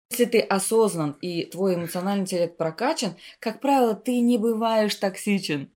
Если ты осознан и твой эмоциональный интеллект прокачан, как правило, ты не бываешь токсичен.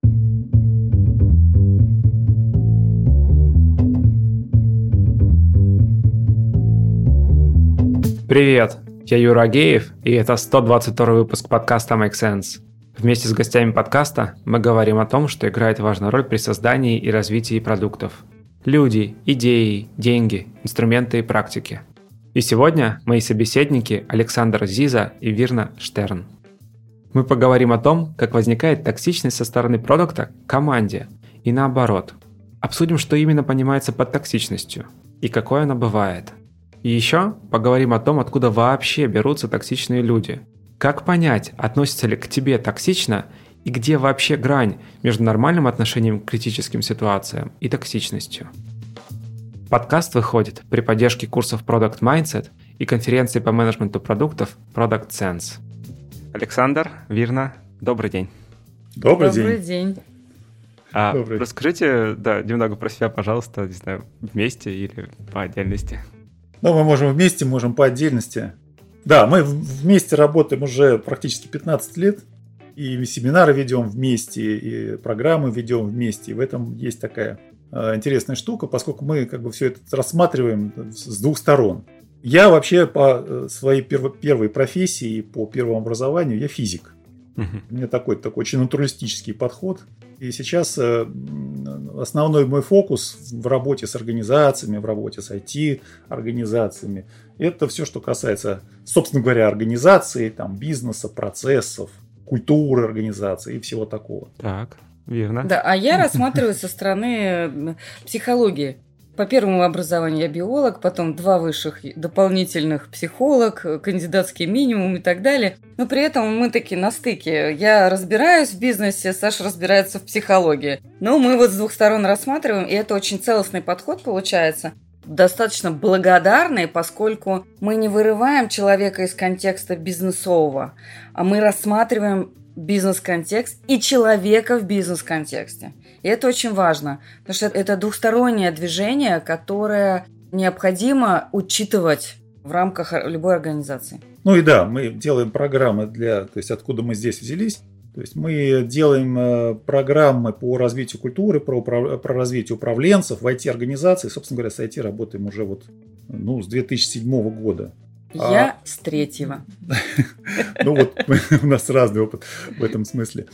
Привет, я Юра Агеев, и это 122 выпуск подкаста Make Sense. Вместе с гостями подкаста мы говорим о том, что играет важную роль при создании и развитии продуктов. Люди, идеи, деньги, инструменты и практики. И сегодня мои собеседники Александр Зиза и Вирна Штерн. Мы поговорим о том, как возникает токсичность со стороны продукта к команде и наоборот. Обсудим, что именно понимается под токсичностью и какой она бывает. И еще поговорим о том, откуда вообще берутся токсичные люди. Как понять, относится ли к тебе токсично и где вообще грань между нормальным отношением к критическим ситуациям и токсичностью. Подкаст выходит при поддержке курсов Product Mindset и конференции по менеджменту продуктов Product Sense. Александр, Вирна, добрый день. Добрый день. Расскажите, немного про себя, пожалуйста, не знаю, вместе или по отдельности. Мы можем вместе, можем по отдельности. Да, мы вместе работаем уже практически 15 лет. И семинары ведем вместе, и программы ведем вместе. И в этом есть такая интересная штука, поскольку мы все это рассматриваем с двух сторон. Я вообще по своей первой профессии, по первому образованию, я физик. У меня такой очень натуралистический подход. И сейчас основной мой фокус в работе с организациями, в работе с IT-организациями, это все, что касается, собственно говоря, организации, бизнеса, процессов, культуры организации и всего такого. Так, верно. Да, а я рассматриваю со стороны психологии. По первому образованию я биолог, потом 2 высших дополнительных психолог, кандидатский минимум и так далее. Но при этом мы таки на стыке. Я разбираюсь в бизнесе, Саша разбирается в психологии. Но мы с двух сторон рассматриваем, и это очень целостный подход получается. Достаточно благодарный, поскольку мы не вырываем человека из контекста бизнесового, а мы рассматриваем бизнес-контекст и человека в бизнес-контексте. И это очень важно, потому что это двухстороннее движение, которое необходимо учитывать в рамках любой организации. Ну и да, мы делаем программы откуда мы здесь взялись. То есть мы делаем программы по развитию культуры, про развитие управленцев в IT-организации. Собственно говоря, с IT работаем уже с 2007 года. Я с 3-го. У нас разный опыт в этом смысле.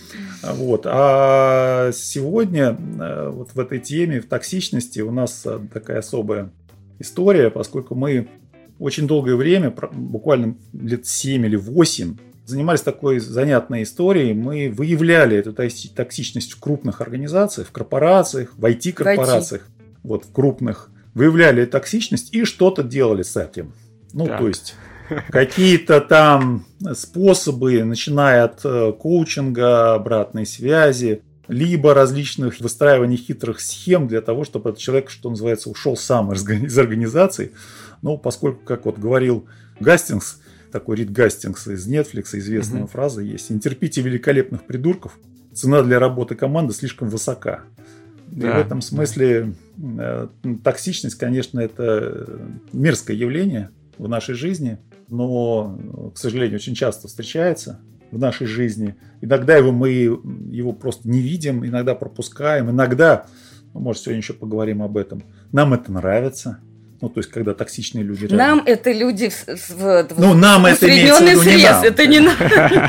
А сегодня в этой теме, в токсичности, у нас такая особая история, поскольку мы очень долгое время, буквально лет 7 или 8, занимались такой занятной историей. Мы выявляли эту токсичность в крупных организациях, в корпорациях, в IT-корпорациях, в крупных. Выявляли токсичность и что-то делали с этим. То есть какие-то там способы, начиная от коучинга, обратной связи, либо различных выстраиваний хитрых схем для того, чтобы этот человек, что называется, ушел сам из организации. Поскольку, как говорил Гастингс, такой Рид Гастингс из Netflix, известная фраза есть: «Не терпите великолепных придурков, цена для работы команды слишком высока». Да. И в этом смысле токсичность, конечно, это мерзкое явление в нашей жизни, но, к сожалению, очень часто встречается в нашей жизни. Иногда мы его просто не видим, иногда пропускаем, иногда, может, сегодня еще поговорим об этом, нам это нравится. То есть, когда токсичные люди рядом. Нам это люди нам это имеется в виду не нам. Это не нам.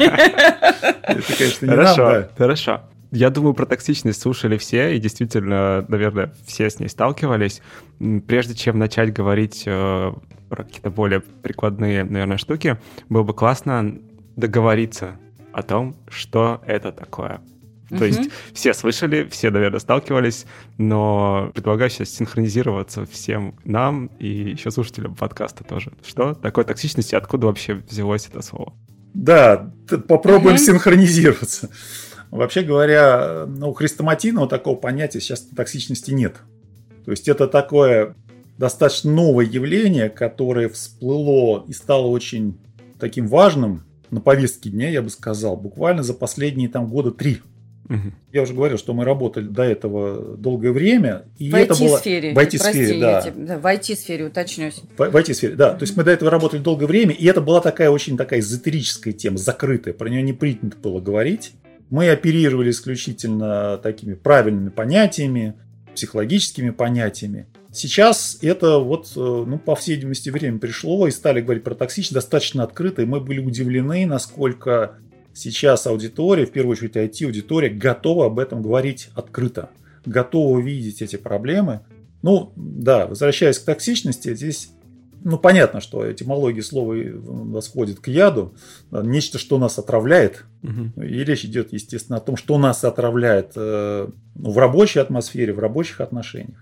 Это, конечно, не нам. Хорошо. Я думаю, про токсичность слушали все, и действительно, наверное, все с ней сталкивались. Прежде чем начать говорить про какие-то более прикладные, наверное, штуки, было бы классно договориться о том, что это такое. То есть все слышали, все, наверное, сталкивались, но предлагаю сейчас синхронизироваться всем нам и еще слушателям подкаста тоже. Что такое токсичность и откуда вообще взялось это слово? Да, попробуем синхронизироваться. Вообще говоря, хрестоматийного такого понятия сейчас токсичности нет. То есть это такое достаточно новое явление, которое всплыло и стало очень таким важным на повестке дня, я бы сказал, буквально за последние 3 года. Я уже говорил, что мы работали до этого долгое время. И в это IT-сфере. В IT-сфере, да. В IT-сфере, уточнюсь. В IT-сфере, да. То есть мы до этого работали долгое время, и это была такая очень такая эзотерическая тема, закрытая. Про нее не принято было говорить. Мы оперировали исключительно такими правильными понятиями, психологическими понятиями. Сейчас это по всей видимости, время пришло, и стали говорить про токсичность достаточно открыто, и мы были удивлены, насколько сейчас аудитория, в первую очередь IT-аудитория, готова об этом говорить открыто, готова видеть эти проблемы. Возвращаясь к токсичности, здесь, понятно, что этимология слова восходит к яду, нечто, что нас отравляет. И речь идет, естественно, о том, что нас отравляет в рабочей атмосфере, в рабочих отношениях.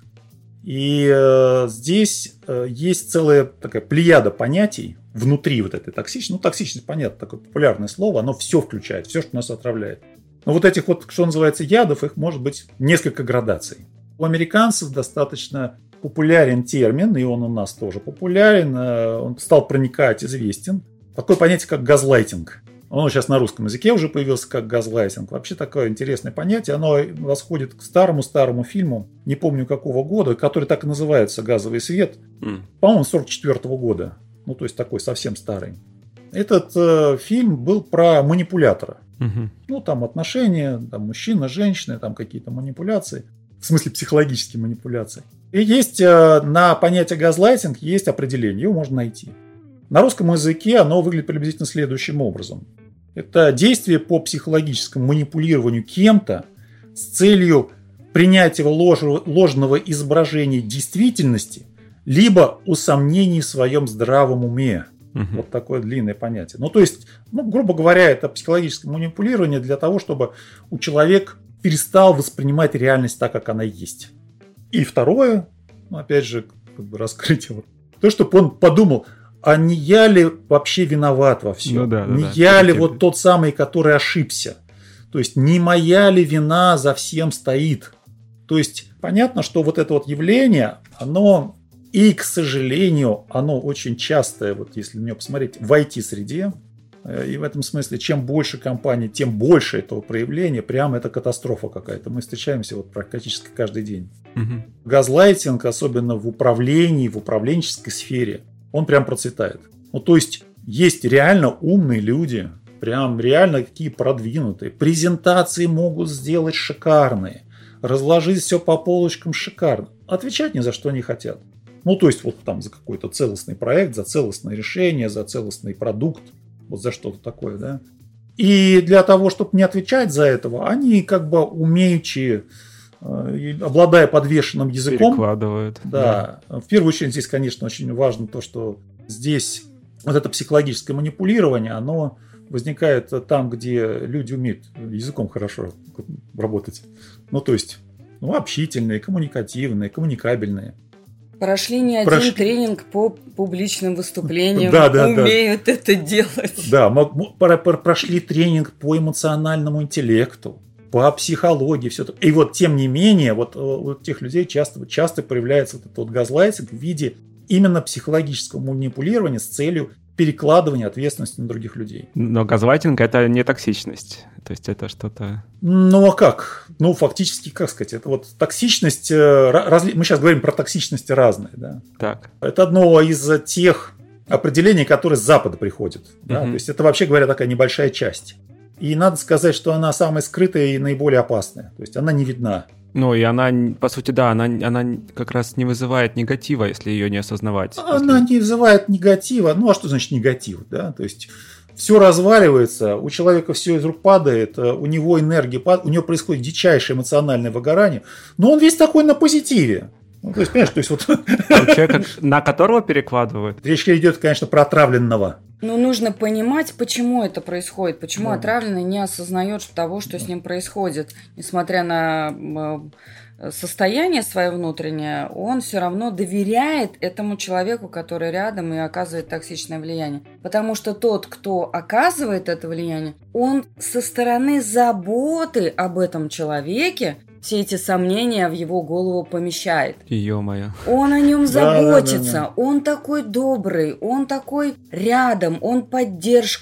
И здесь есть целая такая плеяда понятий внутри вот этой токсичности. Токсичность, понятно, такое популярное слово, оно все включает, все, что нас отравляет. Но вот этих что называется, ядов, их может быть несколько градаций. У американцев достаточно популярен термин, и он у нас тоже популярен, он стал проникать, известен. Такое понятие, как газлайтинг. Он сейчас на русском языке уже появился как газлайтинг. Вообще такое интересное понятие. Оно восходит к старому фильму, не помню какого года, который так и называется «Газовый свет». По-моему, 1944 года. То есть такой совсем старый. Этот фильм был про манипулятора. Там отношения, там мужчина, женщина, там какие-то манипуляции. В смысле психологические манипуляции. И есть на понятие газлайтинг есть определение, его можно найти. На русском языке оно выглядит приблизительно следующим образом. Это действие по психологическому манипулированию кем-то с целью принятия ложного изображения действительности, либо усомнений в своем здравом уме. Вот такое длинное понятие. Грубо говоря, это психологическое манипулирование для того, чтобы у человека перестал воспринимать реальность так, как она есть. И второе, опять же, раскрытие. То, чтобы он подумал, а не я ли вообще виноват во всем? Я ли тот самый, который ошибся? То есть, не моя ли вина за всем стоит? То есть, понятно, что вот это явление, оно, и, к сожалению, оно очень частое, если на него посмотреть, в IT-среде. И в этом смысле, чем больше компаний, тем больше этого проявления. Прямо это катастрофа какая-то. Мы встречаемся практически каждый день. Газлайтинг, особенно в управлении, в управленческой сфере, он прям процветает. То есть реально умные люди, прям реально какие продвинутые. Презентации могут сделать шикарные. Разложить все по полочкам шикарно. Отвечать ни за что не хотят. То есть за какой-то целостный проект, за целостное решение, за целостный продукт. За что-то такое, да. И для того, чтобы не отвечать за этого, они умеючи, обладая подвешенным языком, перекладывают. Да. В первую очередь здесь, конечно, очень важно то, что здесь это психологическое манипулирование, оно возникает там, где люди умеют языком хорошо работать. То есть общительные, коммуникативные, коммуникабельные. Прошли не один тренинг по публичным выступлениям, умеют это делать. Да, прошли тренинг по эмоциональному интеллекту, по психологии, все это. И тем не менее, у тех людей часто проявляется этот газлайтинг в виде именно психологического манипулирования с целью перекладывания ответственности на других людей. Но газлайтинг – это не токсичность. То есть это что-то... А как? Фактически, как сказать, это токсичность... Мы сейчас говорим про токсичности разные, да? Так. Это одно из тех определений, которые с Запада приходят. Да? То есть это, вообще говоря, такая небольшая часть. И надо сказать, что она самая скрытая и наиболее опасная. То есть она не видна. И она, по сути, да, она как раз не вызывает негатива, если ее не осознавать. Она не вызывает негатива. А что значит негатив? Да? То есть все разваливается, у человека все из рук падает, у него энергия падает, у него происходит дичайшее эмоциональное выгорание, но он весь такой на позитиве. То есть, понимаешь, человека, на которого перекладывают? Речь идет, конечно, про отравленного. Нужно понимать, почему это происходит, почему отравленный не осознает того, что с ним происходит. Несмотря на состояние свое внутреннее, он все равно доверяет этому человеку, который рядом и оказывает токсичное влияние. Потому что тот, кто оказывает это влияние, он со стороны заботы об этом человеке все эти сомнения в его голову помещает. Ё-моё. Он о нем заботится, он такой добрый, он такой рядом, он поддержка.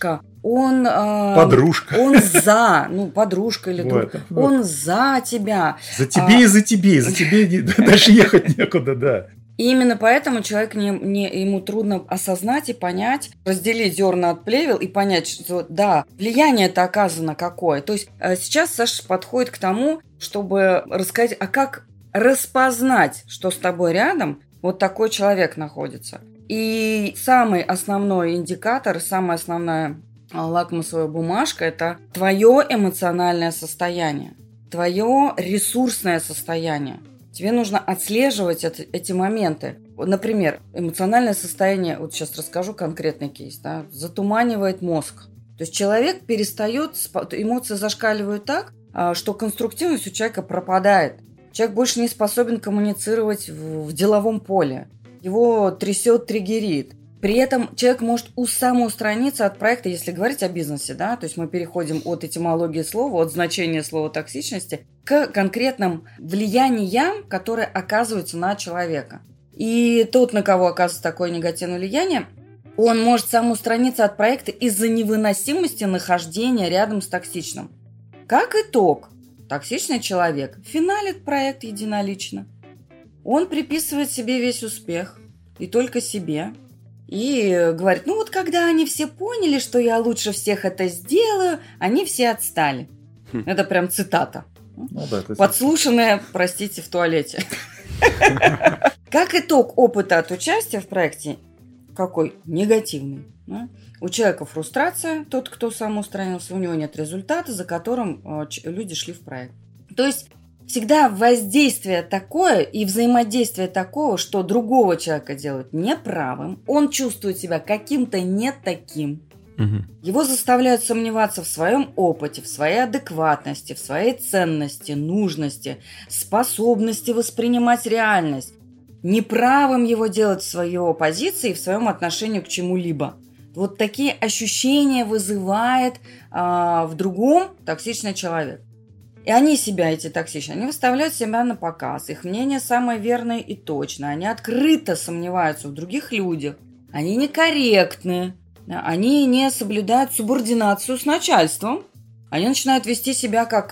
он... Подружка. Он за, подружка или друг. Он за тебя. За тебе и за тебе дальше ехать некуда, да. И именно поэтому человек ему трудно осознать и понять, разделить зерна от плевел и понять, что да, влияние-то оказано какое. То есть сейчас Саша подходит к тому, чтобы рассказать, а как распознать, что с тобой рядом вот такой человек находится. И самый основной индикатор, самая основная лакмусовая бумажка – это твое эмоциональное состояние, твое ресурсное состояние. Тебе нужно отслеживать эти моменты. Например, эмоциональное состояние, вот сейчас расскажу конкретный кейс, да, затуманивает мозг. То есть человек перестает, эмоции зашкаливают так, что конструктивность у человека пропадает. Человек больше не способен коммуницировать в деловом поле. Его трясет, триггерит. При этом человек может самоустраниться от проекта, если говорить о бизнесе, да, то есть мы переходим от этимологии слова, от значения слова токсичности к конкретным влияниям, которые оказываются на человека. И тот, на кого оказывается такое негативное влияние, он может самоустраниться от проекта из-за невыносимости нахождения рядом с токсичным. Как итог, токсичный человек финалит проект единолично. Он приписывает себе весь успех, и только себе. И говорит, когда они все поняли, что я лучше всех это сделаю, они все отстали. Это прям цитата. Подслушанная, простите, в туалете. Как итог опыта от участия в проекте, какой? Негативный. У человека фрустрация, тот, кто самоустранился, у него нет результата, за которым люди шли в проект. То есть всегда воздействие такое и взаимодействие такого, что другого человека делают неправым, он чувствует себя каким-то не таким. Его заставляют сомневаться в своем опыте, в своей адекватности, в своей ценности, нужности, способности воспринимать реальность. Неправым его делать в своей позиции и в своем отношении к чему-либо. Вот такие ощущения вызывает в другом токсичный человек. И они себя, эти токсичные, они выставляют себя на показ. Их мнение самое верное и точное. Они открыто сомневаются в других людях. Они некорректны. Они не соблюдают субординацию с начальством. Они начинают вести себя как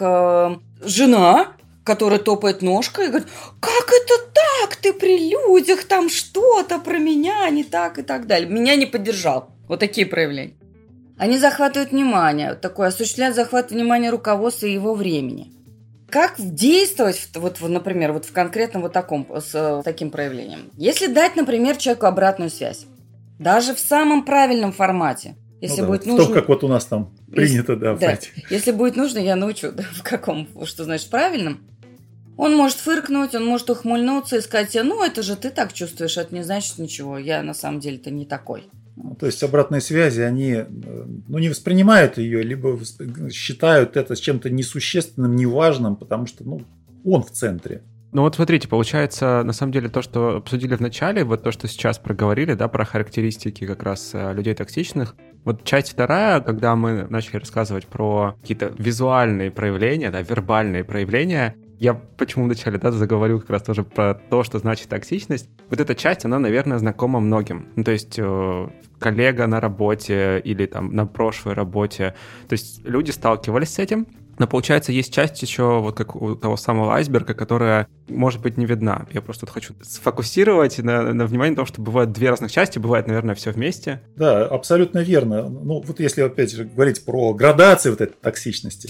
жена, которая топает ножкой и говорит, как это так? Ты при людях там что-то про меня не так и так далее. Меня не поддержал. Вот такие проявления. Они захватывают внимание, осуществляют захват внимания руководства и его времени. Как действовать, например, в конкретном с таким проявлением? Если дать, например, человеку обратную связь, даже в самом правильном формате, если будет нужно... как у нас там принято, Если будет нужно, я научу, в каком, что значит правильном. Он может фыркнуть, он может ухмыльнуться и сказать, это же ты так чувствуешь, это не значит ничего, я на самом деле-то не такой. То есть обратные связи, они не воспринимают ее, либо считают это чем-то несущественным, неважным, потому что он в центре. Смотрите, получается, на самом деле, то, что обсудили в начале, то, что сейчас проговорили, про характеристики как раз людей токсичных, часть вторая, когда мы начали рассказывать про какие-то визуальные проявления, вербальные проявления, я почему вначале заговорил как раз тоже про то, что значит токсичность. Эта часть, она, наверное, знакома многим. То есть коллега на работе или на прошлой работе. То есть люди сталкивались с этим. Но, получается, есть часть еще, как у того самого айсберга, которая, может быть, не видна. Я просто хочу сфокусировать на внимание на том, что бывают две разных части, бывает, наверное, все вместе. Да, абсолютно верно. Если, опять же, говорить про градацию этой токсичности,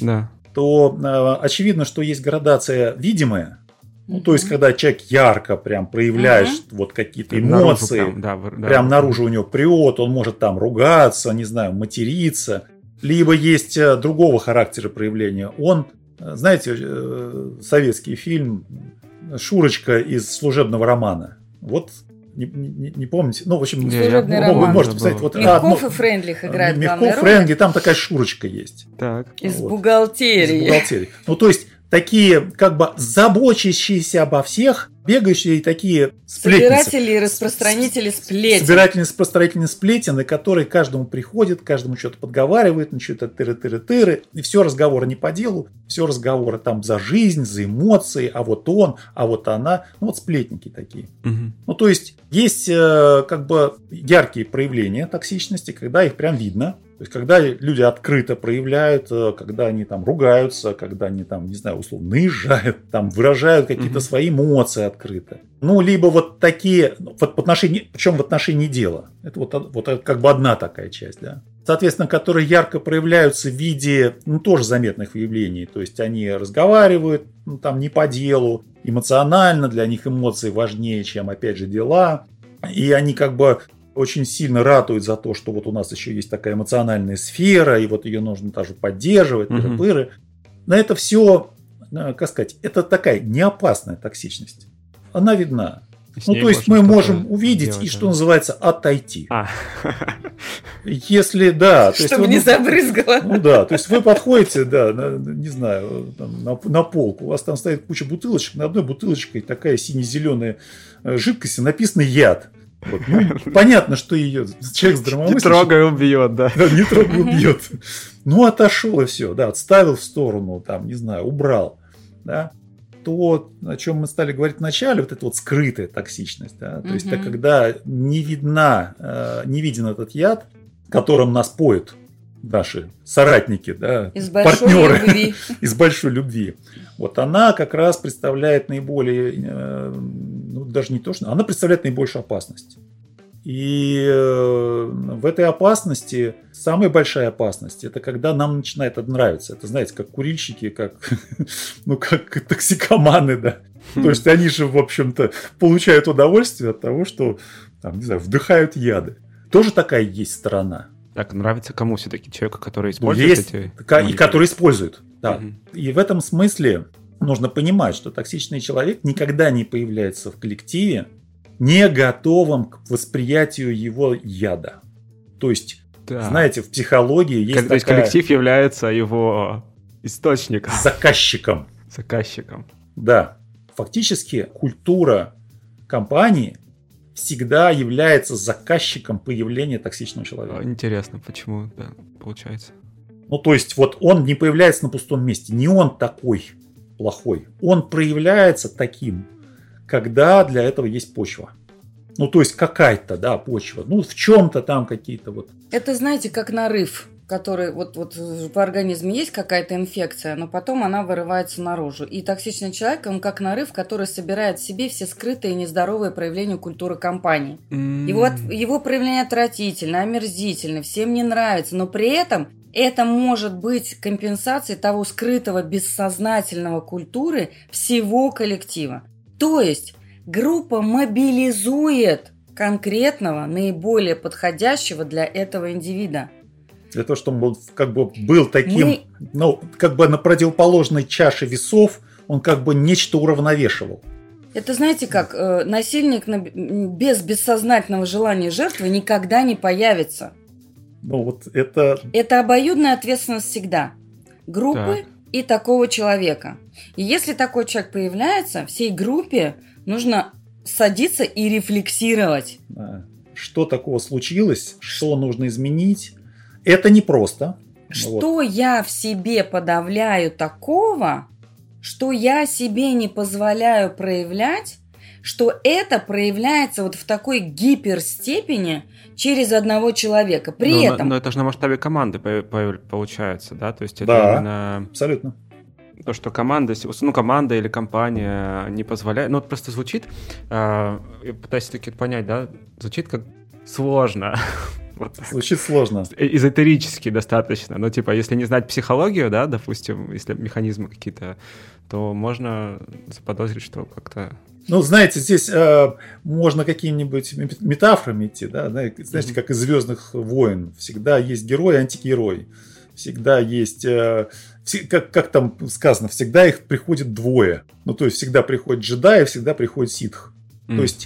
то очевидно, что есть градация видимая. То есть, когда человек ярко прям проявляет какие-то эмоции, прям наружу у него прет, он может ругаться, материться. Либо есть другого характера проявления. Он, знаете, советский фильм «Шурочка» из служебного романа. Не помните? В общем, вы можете посмотреть. Мягков и Фрейндлих играют главную роль. Мягков, Фрейндлих, там такая Шурочка есть. Из бухгалтерии. То есть, такие заботящиеся обо всех, бегающие такие сплетницы. Собиратели и распространители сплетен. Собиратели и распространители сплетен, которые каждому приходят, каждому что-то подговаривают, что-то тыры-тыры-тыры. И все разговоры не по делу, все разговоры за жизнь, за эмоции, а вот он, а вот она. Сплетники такие. То есть, есть яркие проявления токсичности, когда их прям видно. То То есть, когда люди открыто проявляют, когда они там ругаются, когда они там, не знаю, условно, наезжают, там выражают какие-то свои эмоции открыто. Ну, либо вот такие, вот в отношении, причем в отношении дела. Это вот как бы одна такая часть, да. Соответственно, которые ярко проявляются в виде, ну, тоже заметных явлений. То есть, они разговаривают, ну, там, не по делу, эмоционально, для них эмоции важнее, чем, опять же, дела. И они как бы очень сильно ратуют за то, что вот у нас еще есть такая эмоциональная сфера, и вот ее нужно тоже поддерживать, пыры-пыры. Но это все, как сказать, это такая неопасная токсичность. Она видна. Ну, то есть мы можем увидеть делать, и, что называется, отойти. Если, да. Чтобы не забрызгало. Ну да, то есть вы подходите, да, не знаю, на полку, у вас там стоит куча бутылочек, на одной бутылочке такая сине-зеленая жидкость, написано «яд». Вот. Ну, понятно, что ее человек здравомыслящий... Не трогай, убьет, да. Да, не трогай, убьет. Ну, отошел и все, да, отставил в сторону, там, не знаю, убрал, да. То, о чем мы стали говорить в начале, вот эта вот скрытая токсичность, да, то есть это когда не виден этот яд, которым нас поют наши соратники, да, партнеры из большой любви. Вот она как раз представляет наиболее, ну даже не то, что она представляет наибольшую опасность. И в этой опасности, самая большая опасность, это когда нам начинает это нравиться. Это, знаете, как курильщики, как токсикоманы, да. То есть они же, в общем-то, получают удовольствие от того, что, там, не знаю, вдыхают яды. Тоже такая есть сторона. Так, нравится кому все-таки? Человеку, который использует есть, эти... И который использует, да. И в этом смысле нужно понимать, что токсичный человек никогда не появляется в коллективе, не готовым к восприятию его яда. То есть, знаете, в психологии есть такая... То есть коллектив является его источником. Заказчиком. Заказчиком. Да. Фактически культура компании всегда является заказчиком появления токсичного человека. Интересно, почему, да, получается. Ну, то есть, вот он не появляется на пустом месте. Не он такой плохой. Он проявляется таким, когда для этого есть почва. Ну, то есть, какая-то, да, почва. Ну, в чем-то там какие-то вот... Это, знаете, как нарыв, который вот в организме есть какая-то инфекция, но потом она вырывается наружу. И токсичный человек, он как нарыв, который собирает в себе все скрытые нездоровые проявления культуры компании. Его проявление отвратительно, омерзительно, всем не нравится, но при этом это может быть компенсацией того скрытого бессознательного культуры всего коллектива. То есть группа мобилизует конкретного, наиболее подходящего для этого индивида. Для того, чтобы он как бы был таким, ну, как бы на противоположной чаше весов, он как бы нечто уравновешивал. Это, знаете, как насильник без бессознательного желания жертвы никогда не появится. Ну, вот это... Это обоюдная ответственность всегда. Группы и такого человека. И если такой человек появляется, всей группе нужно садиться и рефлексировать. Что такого случилось, что нужно изменить. Это непросто. Что я в себе подавляю такого, что я себе не позволяю проявлять, что это проявляется вот в такой гиперстепени через одного человека. При этом... Но это же на масштабе команды получается, да? То есть это именно... абсолютно. То, что команда или компания не позволяет... Ну, это просто звучит... Я пытаюсь таки понять, да? Звучит как сложно. Звучит сложно. Эзотерически достаточно. Но, типа, если не знать психологию, да, допустим, если механизмы какие-то, то можно заподозрить, что как-то... Ну, знаете, здесь можно какими-нибудь метафорами идти, да? Знаете, как из «Звездных войн». Всегда есть герой и антигерой. Всегда есть... как там сказано, всегда их приходит двое. Ну, то есть, всегда приходит джедай, всегда приходит ситх. То есть...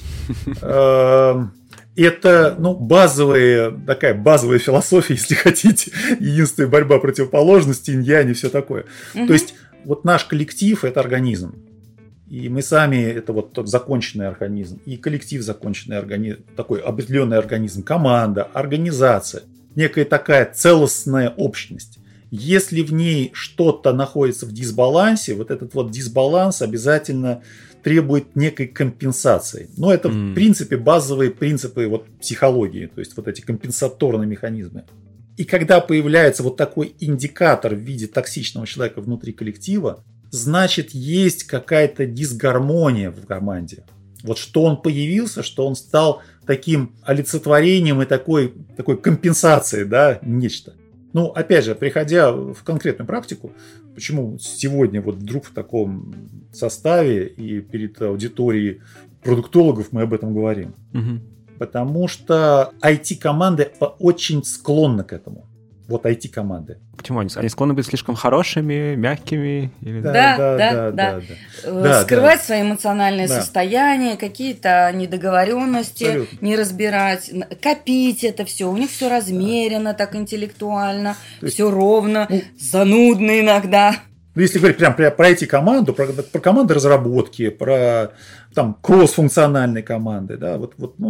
Это, такая базовая философия, если хотите. Единственная борьба противоположностей, инь-янь и все такое. То есть, вот наш коллектив – это организм. И мы сами – это вот тот законченный организм. И коллектив – законченный организм, такой определенный организм. Команда, организация. Некая такая целостная общность. Если в ней что-то находится в дисбалансе, вот этот вот дисбаланс обязательно требует некой компенсации. Но это, в принципе, базовые принципы вот психологии, то есть вот эти компенсаторные механизмы. И когда появляется вот такой индикатор в виде токсичного человека внутри коллектива, значит, есть какая-то дисгармония в команде. Вот что он появился, что он стал таким олицетворением и такой компенсацией, да, нечто. Ну, опять же, приходя в конкретную практику, почему сегодня вот вдруг в таком составе и перед аудиторией продуктологов мы об этом говорим? Потому что IT-команды очень склонны к этому. Вот IT-команды. Почему они склонны быть слишком хорошими, мягкими? Или... Да. Скрывать свои эмоциональные состояния, какие-то недоговоренности, абсолютно. Не разбирать, копить это все. У них все размеренно, так интеллектуально, все ровно, занудно иногда. Ну, если говорить прям про IT-команду, про команды разработки, про там кросс-функциональные команды, да,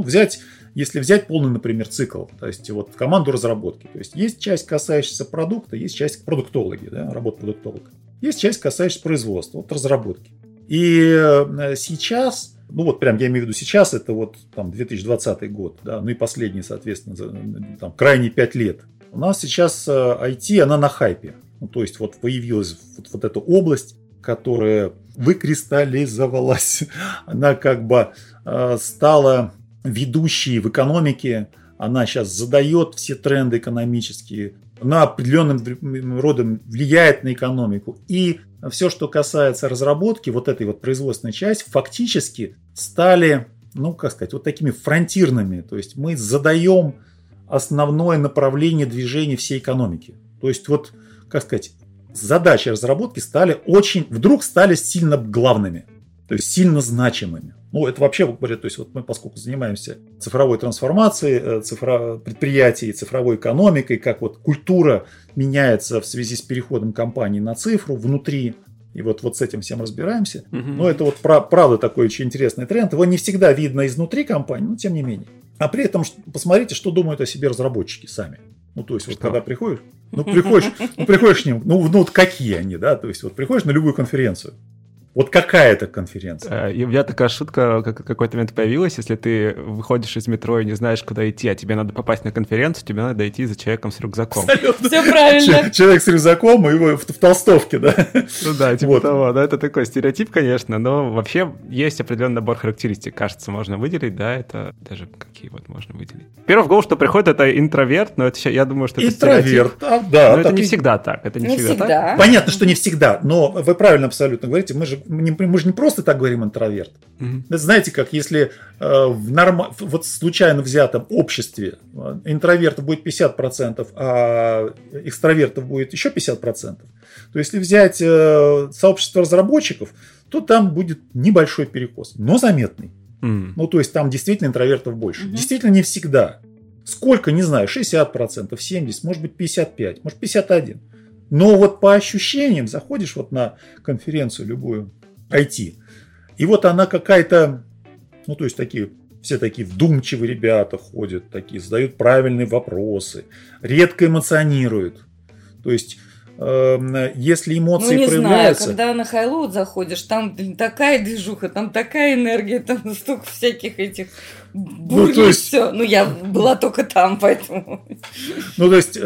если взять полный, например, цикл, то есть вот команду разработки, то есть часть, касающаяся продукта, есть часть продуктологии, да, работа продуктолога, есть часть, касающаяся производства, вот разработки. И сейчас, ну вот прям я имею в виду сейчас, это вот там 2020 год, да, ну и последние, соответственно, там крайние 5 лет. У нас сейчас IT, она на хайпе. Ну, то есть вот появилась вот эта область, которая выкристаллизовалась, она как бы стала ведущей в экономике, она сейчас задает все тренды экономические, она определенным родом влияет на экономику. И все, что касается разработки, вот этой вот производственной части, фактически стали, ну, как сказать, вот такими фронтирными. То есть мы задаем основное направление движения всей экономики. То есть вот, как сказать, задачи разработки вдруг стали сильно главными, то есть сильно значимыми. Ну, это вообще, то есть вот мы, поскольку занимаемся цифровой трансформацией предприятий, цифровой экономикой, как вот культура меняется в связи с переходом компании на цифру внутри, и вот с этим всем разбираемся. Но это вот правда такой очень интересный тренд. Его не всегда видно изнутри компании, но тем не менее. А при этом посмотрите, что думают о себе разработчики сами. Ну, то есть, вот когда приходишь к ним, вот какие они, да, то есть, вот приходишь на любую конференцию. Вот какая это конференция? И у меня такая шутка в какой-то момент появилась, если ты выходишь из метро и не знаешь, куда идти, а тебе надо попасть на конференцию, тебе надо идти за человеком с рюкзаком. Абсолютно. Все правильно. Человек с рюкзаком и в толстовке, да? Ну да, типа того, да, это такой стереотип, конечно, но вообще есть определенный набор характеристик, кажется, можно выделить, да, это даже какие вот можно выделить. Первое в голову, что приходит, это интроверт, но это я думаю, что это интроверт, стереотип. Да. Но это не всегда так, это не всегда так. Понятно, что не всегда, но вы правильно абсолютно говорите, мы же не просто так говорим интроверт. Это знаете, как если в случайно взятом обществе интровертов будет 50%, а экстравертов будет еще 50%, то если взять сообщество разработчиков, то там будет небольшой перекос, но заметный. Ну, то есть там действительно интровертов больше. Действительно не всегда. Сколько, не знаю, 60%, 70%, может быть 55%, может 51%. Но вот по ощущениям заходишь вот на конференцию любую IT, и вот она какая-то, ну, то есть все такие вдумчивые ребята ходят, такие задают правильные вопросы, редко эмоционируют. То есть, если эмоции проявляются... Знаю, когда на хайлоуд заходишь, там такая движуха, там такая энергия, там столько всяких этих бурь, все. Ну, я была только там, поэтому... Ну, то есть,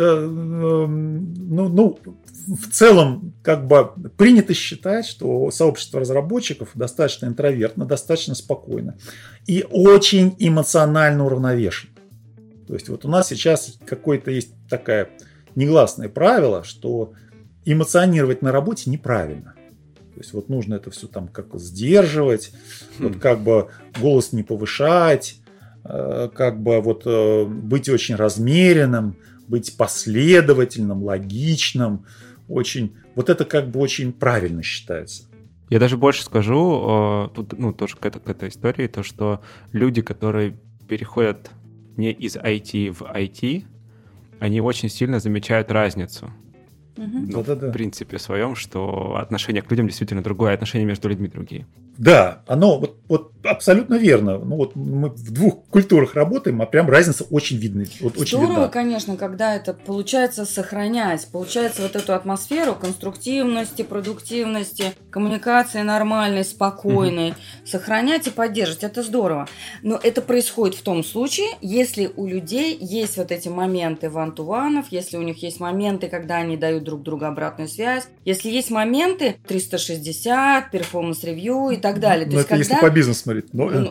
в целом, как бы принято считать, что сообщество разработчиков достаточно интровертно, достаточно спокойно и очень эмоционально уравновешено. То есть вот у нас сейчас какое-то есть такое негласное правило, что эмоционировать на работе неправильно. То есть вот нужно это все там как сдерживать, вот как бы голос не повышать, как бы вот быть очень размеренным, быть последовательным, логичным. Очень, вот это как бы очень правильно считается. Я даже больше скажу, тут, тоже к этой истории, то, что люди, которые переходят не из IT в IT, они очень сильно замечают разницу. В принципе своем, что отношение к людям действительно другое, отношения между людьми другие. Да, оно вот абсолютно верно. Ну вот мы в двух культурах работаем, а прям разница очень видна. Вот очень здорово, видна. конечно, когда это получается сохранять, получается вот эту атмосферу конструктивности, продуктивности, коммуникации нормальной, спокойной, сохранять и поддерживать. Это здорово. Но это происходит в том случае, если у людей есть вот эти моменты ван-ту-ванов, если у них есть моменты, когда они дают друг другу обратную связь, если есть моменты 360, перформанс-ревью и так далее. То есть, это если по бизнесу смотреть.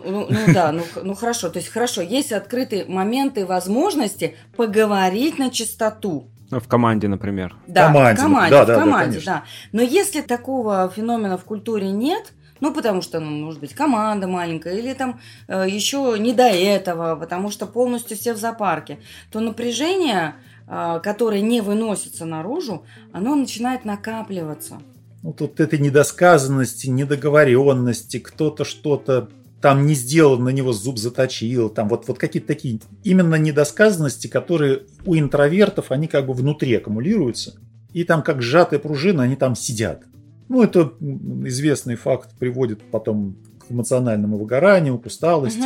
Ну хорошо. То есть хорошо, есть открытые моменты, возможности поговорить на чистоту. В команде, например. Да, в команде, конечно. да. Но если такого феномена в культуре нет, ну, потому что, может быть, команда маленькая, или там еще не до этого, потому что полностью все в зоопарке, то напряжение, которое не выносится наружу, оно начинает накапливаться. Ну, тут этой недосказанности, недоговоренности, кто-то что-то там не сделал, на него зуб заточил, там вот какие-то такие именно недосказанности, которые у интровертов, они как бы внутри аккумулируются, и там как сжатая пружина, они там сидят. Ну, это известный факт, приводит потом к эмоциональному выгоранию, к усталости.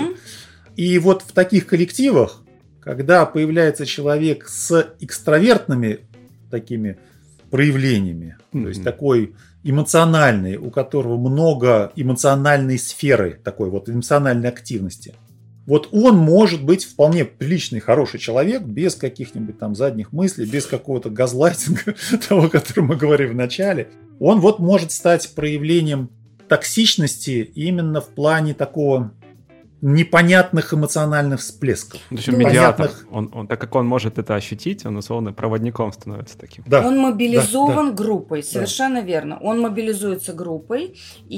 И вот в таких коллективах, когда появляется человек с экстравертными такими проявлениями, то есть такой эмоциональный, у которого много эмоциональной сферы, такой вот эмоциональной активности. Вот он может быть вполне приличный, хороший человек, без каких-нибудь там задних мыслей, без какого-то газлайтинга, того, о котором мы говорили в начале. Он вот может стать проявлением токсичности именно в плане такого непонятных эмоциональных всплесков. В общем, медиатор. Он, так как он может это ощутить, он условно проводником становится таким. Да, он мобилизован группой, совершенно верно. Он мобилизуется группой,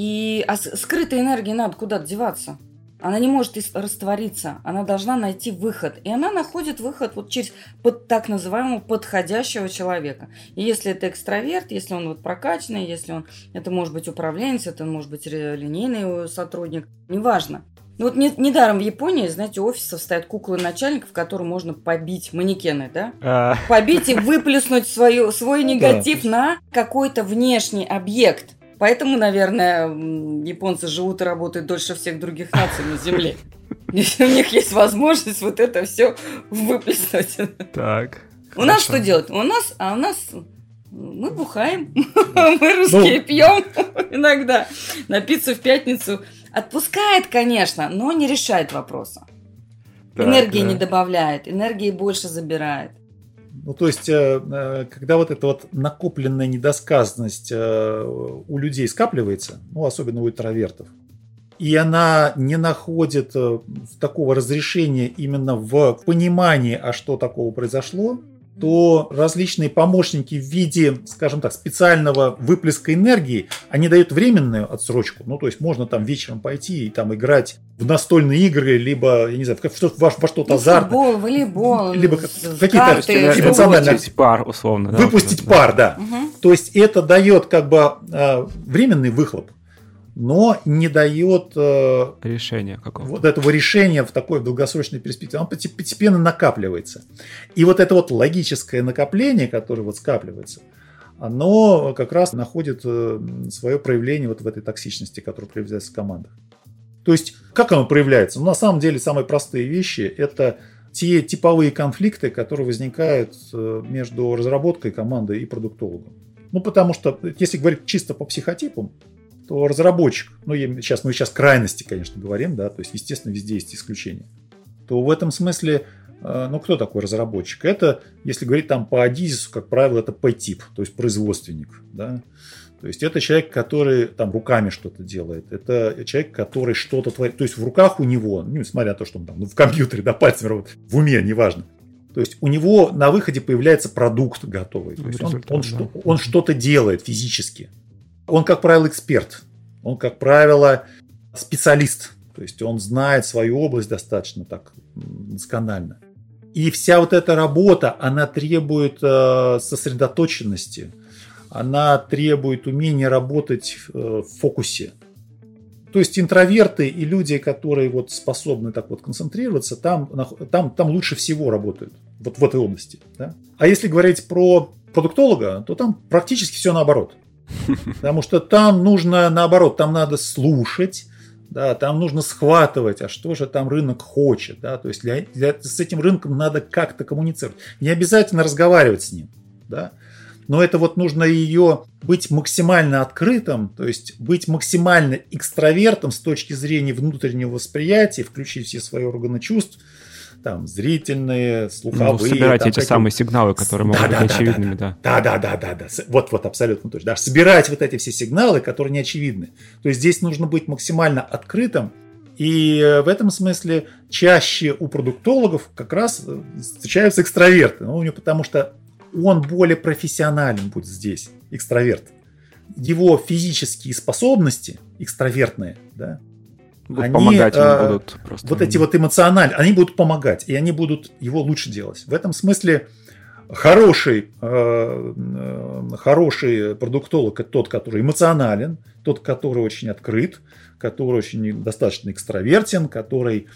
а скрытой энергии надо куда-то деваться. Она не может раствориться, она должна найти выход. И она находит выход вот через так называемого подходящего человека. И если это экстраверт, если он вот прокачанный, если он, это может быть управленец, это может быть линейный сотрудник, неважно. Ну вот недаром в Японии, знаете, у офисов стоят куклы начальников, которые можно побить, манекены, да? Побить и выплеснуть свой негатив на какой-то внешний объект. Поэтому, наверное, японцы живут и работают дольше всех других наций на Земле. Если у них есть возможность вот это все выплеснуть. Так. У нас что делать? У нас мы бухаем, мы русские пьем иногда. На пиццу в пятницу. Отпускает, конечно, но не решает вопроса. Энергии не добавляет, энергии больше забирает. Ну, то есть, когда вот эта вот накопленная недосказанность у людей скапливается, ну, особенно у интровертов, и она не находит такого разрешения именно в понимании, а что такого произошло, то различные помощники в виде, скажем так, специального выплеска энергии, они дают временную отсрочку. Ну, то есть можно там вечером пойти и там играть в настольные игры, либо, я не знаю, во что-то азартное. Футбол, волейбол, либо какие-то эмоциональные... Выпустить пар, условно. Да, выпустить пар, да. То есть это дает как бы временный выхлоп, но не дает решения какого-то. Вот этого решения в такой долгосрочной перспективе. Он постепенно накапливается. И вот это вот логическое накопление, которое вот скапливается, оно как раз находит свое проявление вот в этой токсичности, которая проявляется в командах. То есть, как оно проявляется? Ну, на самом деле, самые простые вещи – это те типовые конфликты, которые возникают между разработкой команды и продуктологом. Ну, потому что, если говорить чисто по психотипам, то разработчик, ну, мы сейчас крайности, конечно, говорим, да, то есть, естественно, везде есть исключения, то в этом смысле, ну, кто такой разработчик? Это, если говорить там по Адизису, как правило, это P-тип, то есть производственник, да, то есть, это человек, который там руками что-то делает, это человек, который что-то творит, то есть, в руках у него, ну, несмотря на то, что он там в компьютере, да, пальцами работает, в уме, неважно, то есть, у него на выходе появляется продукт готовый, то есть, он что-то делает физически. Он, как правило, эксперт, он, как правило, специалист, то есть он знает свою область достаточно так досконально. И вся вот эта работа, она требует сосредоточенности, она требует умения работать в фокусе. То есть интроверты и люди, которые вот способны так вот концентрироваться, там лучше всего работают, вот в этой области. Да? А если говорить про продуктолога, то там практически все наоборот. Потому что там нужно, наоборот, там надо слушать, да, там нужно схватывать, а что же там рынок хочет. Да, то есть с этим рынком надо как-то коммуницировать. Не обязательно разговаривать с ним. Да, но это вот нужно ее быть максимально открытым, то есть быть максимально экстравертом с точки зрения внутреннего восприятия, включить все свои органы чувств, там, зрительные, слуховые. Собирать там, эти самые сигналы, которые могут быть неочевидными. Да. Вот абсолютно точно. Да. Собирать вот эти все сигналы, которые неочевидны. То есть здесь нужно быть максимально открытым. И в этом смысле чаще у продуктологов как раз встречаются экстраверты. Ну, потому что он более профессионален будет здесь, экстраверт. Его физические способности, экстравертные, да, они помогать ему будут просто. Вот эти вот эмоциональные, они будут помогать, и они будут его лучше делать. В этом смысле хороший продуктолог – это тот, который эмоционален, тот, который очень открыт, который очень достаточно экстравертен, который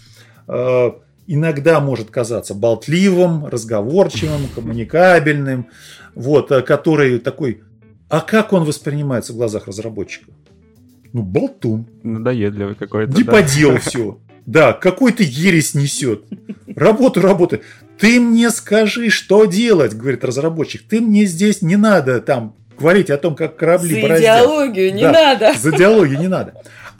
иногда может казаться болтливым, разговорчивым, коммуникабельным, вот, который такой, а как он воспринимается в глазах разработчиков? Ну, болтун. Надоедливый какой-то. Неподел все. Да, какой-то ересь несет. Работа. Ты мне скажи, что делать, говорит разработчик. Ты мне здесь не надо там говорить о том, как корабли бороздят. За идеологию не надо. За идеологию не надо.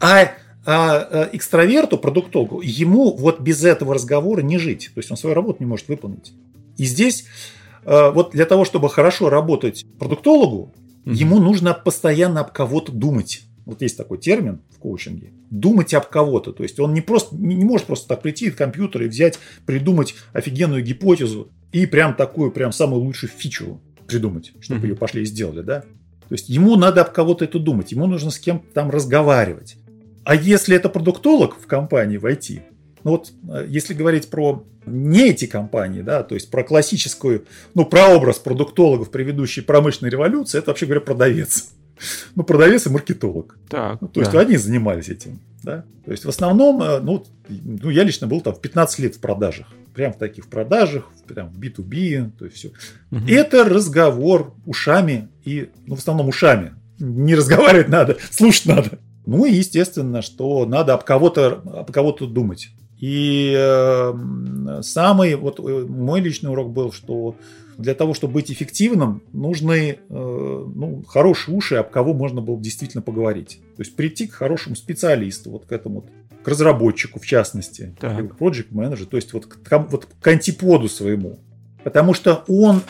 А экстраверту, продуктологу, ему вот без этого разговора не жить. То есть он свою работу не может выполнить. И здесь вот для того, чтобы хорошо работать продуктологу, ему нужно постоянно об кого-то думать. Вот есть такой термин в коучинге. Думать об кого-то. То есть он не может просто так прийти в компьютер и взять, придумать офигенную гипотезу и прям такую, прям самую лучшую фичу придумать, чтобы ее пошли и сделали. Да? То есть ему надо об кого-то это думать. Ему нужно с кем-то там разговаривать. А если это продуктолог в компании в IT, ну вот если говорить про не эти компании, да, то есть про классическую, ну, прообраз продуктологов при ведущей промышленной революции, это, вообще говоря, продавец. Ну, продавец и маркетолог. Так, то есть они занимались этим. Да? То есть в основном, ну, я лично был там в 15 лет в продажах. Прям в таких продажах, прям в B2B, то есть все. Это разговор ушами и, ну, в основном ушами. Не разговаривать надо, слушать надо. Ну и естественно, что надо об кого-то думать. И самый вот мой личный урок был, что для того, чтобы быть эффективным, нужны хорошие уши, об кого можно было действительно поговорить. То есть прийти к хорошему специалисту, вот к этому, к разработчику в частности, к project manager, то есть вот к антиподу своему. Потому что он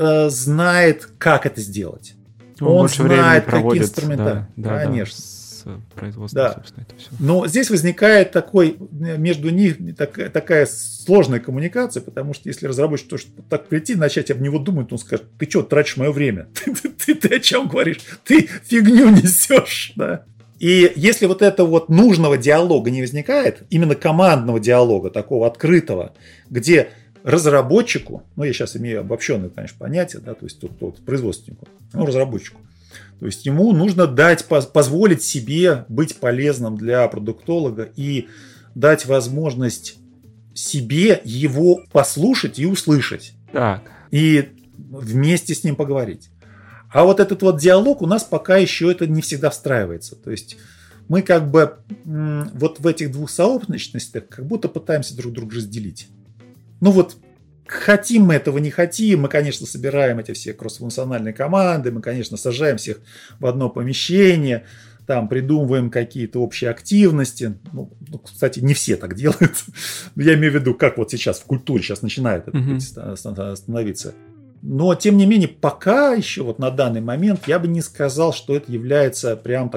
знает, как это сделать. Он знает, какие инструменты. Да, конечно. Производством, да. Собственно, это все. Но здесь возникает между них такая сложная коммуникация, потому что если разработчик так прийти, начать об него думать, он скажет: ты что, тратишь мое время? Ты о чем говоришь? Ты фигню несешь, да? И если вот этого вот нужного диалога не возникает, именно командного диалога, такого открытого, где разработчику, ну я сейчас имею обобщенное, конечно, понятие, да, то есть производственнику, разработчику, то есть ему нужно позволить себе быть полезным для продуктолога и дать возможность себе его послушать и услышать. Так. И вместе с ним поговорить. А вот этот вот диалог у нас пока еще это не всегда встраивается. То есть мы как бы вот в этих двух сообщностях как будто пытаемся друг друга разделить. Ну вот хотим мы этого, не хотим, мы, конечно, собираем эти все кроссфункциональные команды, мы, конечно, сажаем всех в одно помещение, там придумываем какие-то общие активности. Ну, кстати, не все так делают. Я имею в виду, как вот сейчас в культуре сейчас начинает это становиться. Но, тем не менее, пока еще вот на данный момент я бы не сказал, что это является прям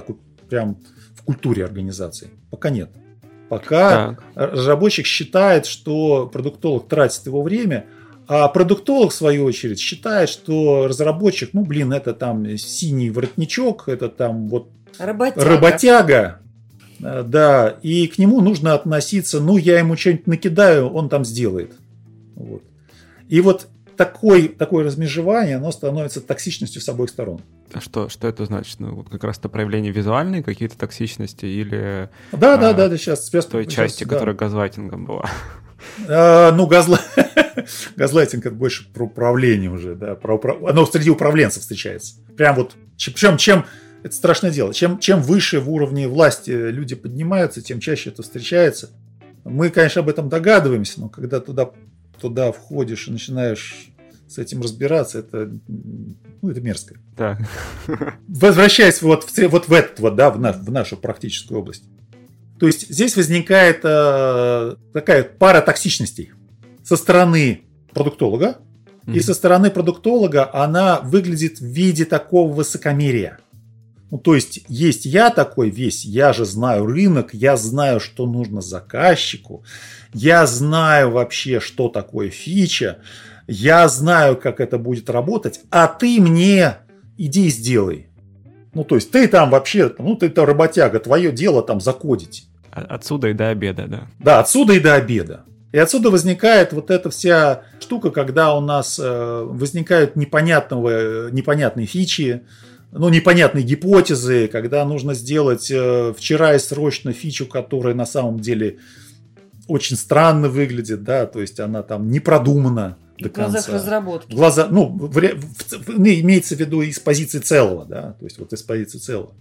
в культуре организации. Пока нет. Пока разработчик считает, что продуктолог тратит его время, а продуктолог, в свою очередь, считает, что разработчик, это там синий воротничок, это там вот работяга. Да, и к нему нужно относиться, я ему что-нибудь накидаю, он там сделает. Вот. И вот такое размежевание, оно становится токсичностью с обоих сторон. А что это значит? Вот как раз это проявление визуальной какие-то токсичности или да, сейчас той части, которая газлайтингом была? Газлайтинг это больше про управление уже, да, оно среди управленцев встречается. Прям вот Причем, это страшное дело, чем выше в уровне власти люди поднимаются, тем чаще это встречается. Мы, конечно, об этом догадываемся, но когда туда входишь и начинаешь с этим разбираться, это мерзко. Да. Возвращаясь вот в этот, да, в нашу практическую область. То есть здесь возникает такая пара токсичностей. Со стороны продуктолога, и со стороны продуктолога она выглядит в виде такого высокомерия. То есть я такой весь, я же знаю рынок, я знаю, что нужно заказчику, я знаю вообще, что такое фича, я знаю, как это будет работать, а ты мне иди и сделай. То есть ты там вообще, ты работяга, твое дело там закодить. Отсюда и до обеда, да. Да, отсюда и до обеда. И отсюда возникает вот эта вся штука, когда у нас возникают непонятные фичи, непонятные гипотезы, когда нужно сделать вчера и срочно фичу, которая на самом деле очень странно выглядит, да, то есть она там не продумана до конца. В глазах разработки. Имеется в виду из позиции целого, да, то есть вот из позиции целого.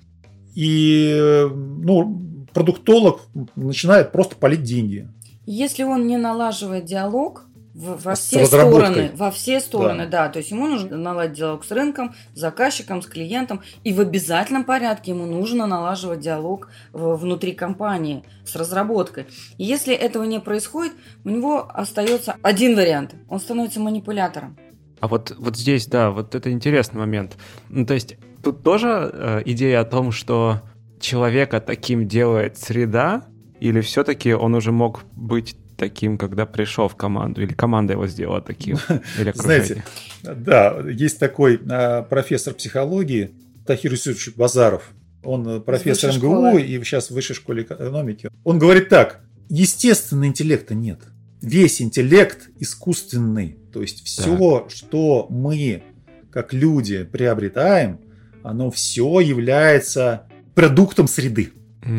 И, продуктолог начинает просто палить деньги. Если он не налаживает диалог во все стороны, да, то есть ему нужно наладить диалог с рынком, с заказчиком, с клиентом, и в обязательном порядке ему нужно налаживать диалог внутри компании с разработкой. И если этого не происходит, у него остается один вариант, он становится манипулятором. А вот здесь, да, вот это интересный момент. То есть тут тоже идея о том, что человека таким делает среда, или все-таки он уже мог быть таким, когда пришел в команду, или команда его сделала таким, или окружение? Знаете, да, есть такой профессор психологии Тахир Юсуфович Базаров, он профессор МГУ и сейчас в Высшей школе экономики. Он говорит так: естественного интеллекта нет, весь интеллект искусственный, то есть все, что мы как люди приобретаем, оно все является продуктом среды.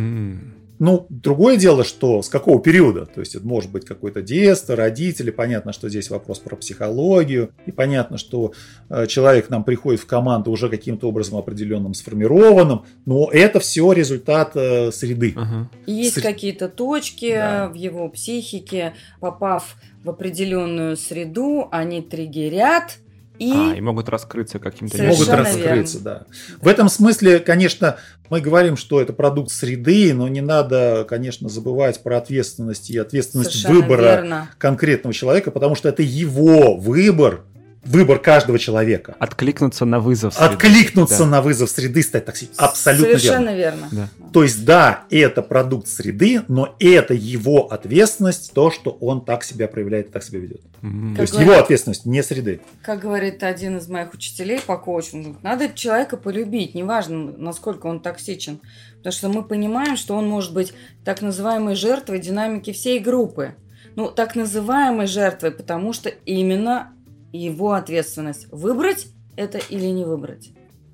Другое дело, что с какого периода, то есть это может быть какое-то детство, родители, понятно, что здесь вопрос про психологию, и понятно, что человек к нам приходит в команду уже каким-то образом определенным сформированным, но это все результат среды. Есть какие-то точки в его психике, попав в определенную среду, они триггерят, и могут раскрыться каким-то образом. Могут раскрыться, да. В этом смысле, конечно, мы говорим, что это продукт среды, но не надо, конечно, забывать про ответственность и ответственность Совершенно выбора верно. Конкретного человека, потому что это его выбор каждого человека. Откликнуться на вызов среды. На вызов среды, стать токсичным. Абсолютно Совершенно верно. Да. То есть, да, это продукт среды, но это его ответственность, то, что он так себя проявляет и так себя ведет. То есть его ответственность, не среды. Как говорит один из моих учителей по коучингу, надо человека полюбить, неважно, насколько он токсичен. Потому что мы понимаем, что он может быть так называемой жертвой динамики всей группы. Так называемой жертвой, потому что именно его ответственность выбрать это или не выбрать.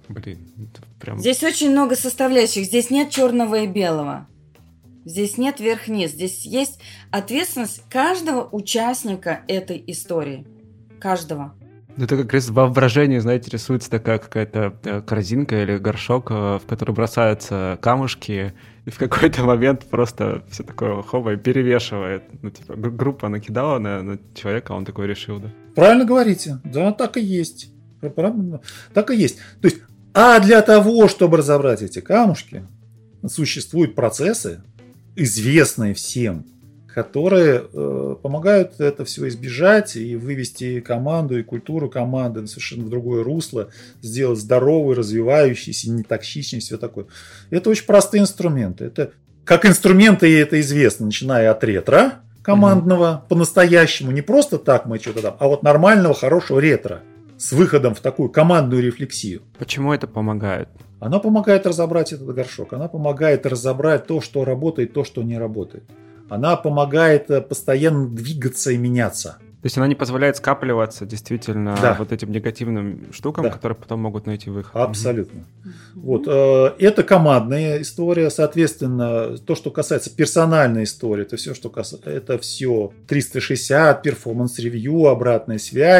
Прям... Здесь очень много составляющих. Здесь нет черного и белого. Здесь нет верх-низ. Здесь есть ответственность каждого участника этой истории. Каждого. Это как раз в воображении, знаете, рисуется такая какая-то корзинка или горшок, в который бросаются камушки, и в какой-то момент просто все такое хоба и перевешивает. Группа накидала на человека, а он такой решил, да. Правильно говорите. Да, так и есть. Так и есть. То есть, а для того, чтобы разобрать эти камушки, существуют процессы, известные всем, которые помогают это все избежать и вывести команду и культуру команды совершенно в другое русло, сделать здоровый, развивающийся, нетоксичный, все такое. Это очень простые инструменты. Это как инструменты, это известно, начиная от ретро командного, по-настоящему, не просто так мы что-то там, а вот нормального, хорошего ретро с выходом в такую командную рефлексию. Почему это помогает? Она помогает разобрать этот горшок, она помогает разобрать то, что работает, то, что не работает. Она помогает постоянно двигаться и меняться. То есть она не позволяет скапливаться действительно вот этим негативным штукам, которые потом могут найти выход. Абсолютно. Вот. Это командная история, соответственно, то, что касается персональной истории, это все, что касается, это все 360, перформанс-ревью, обратная связь.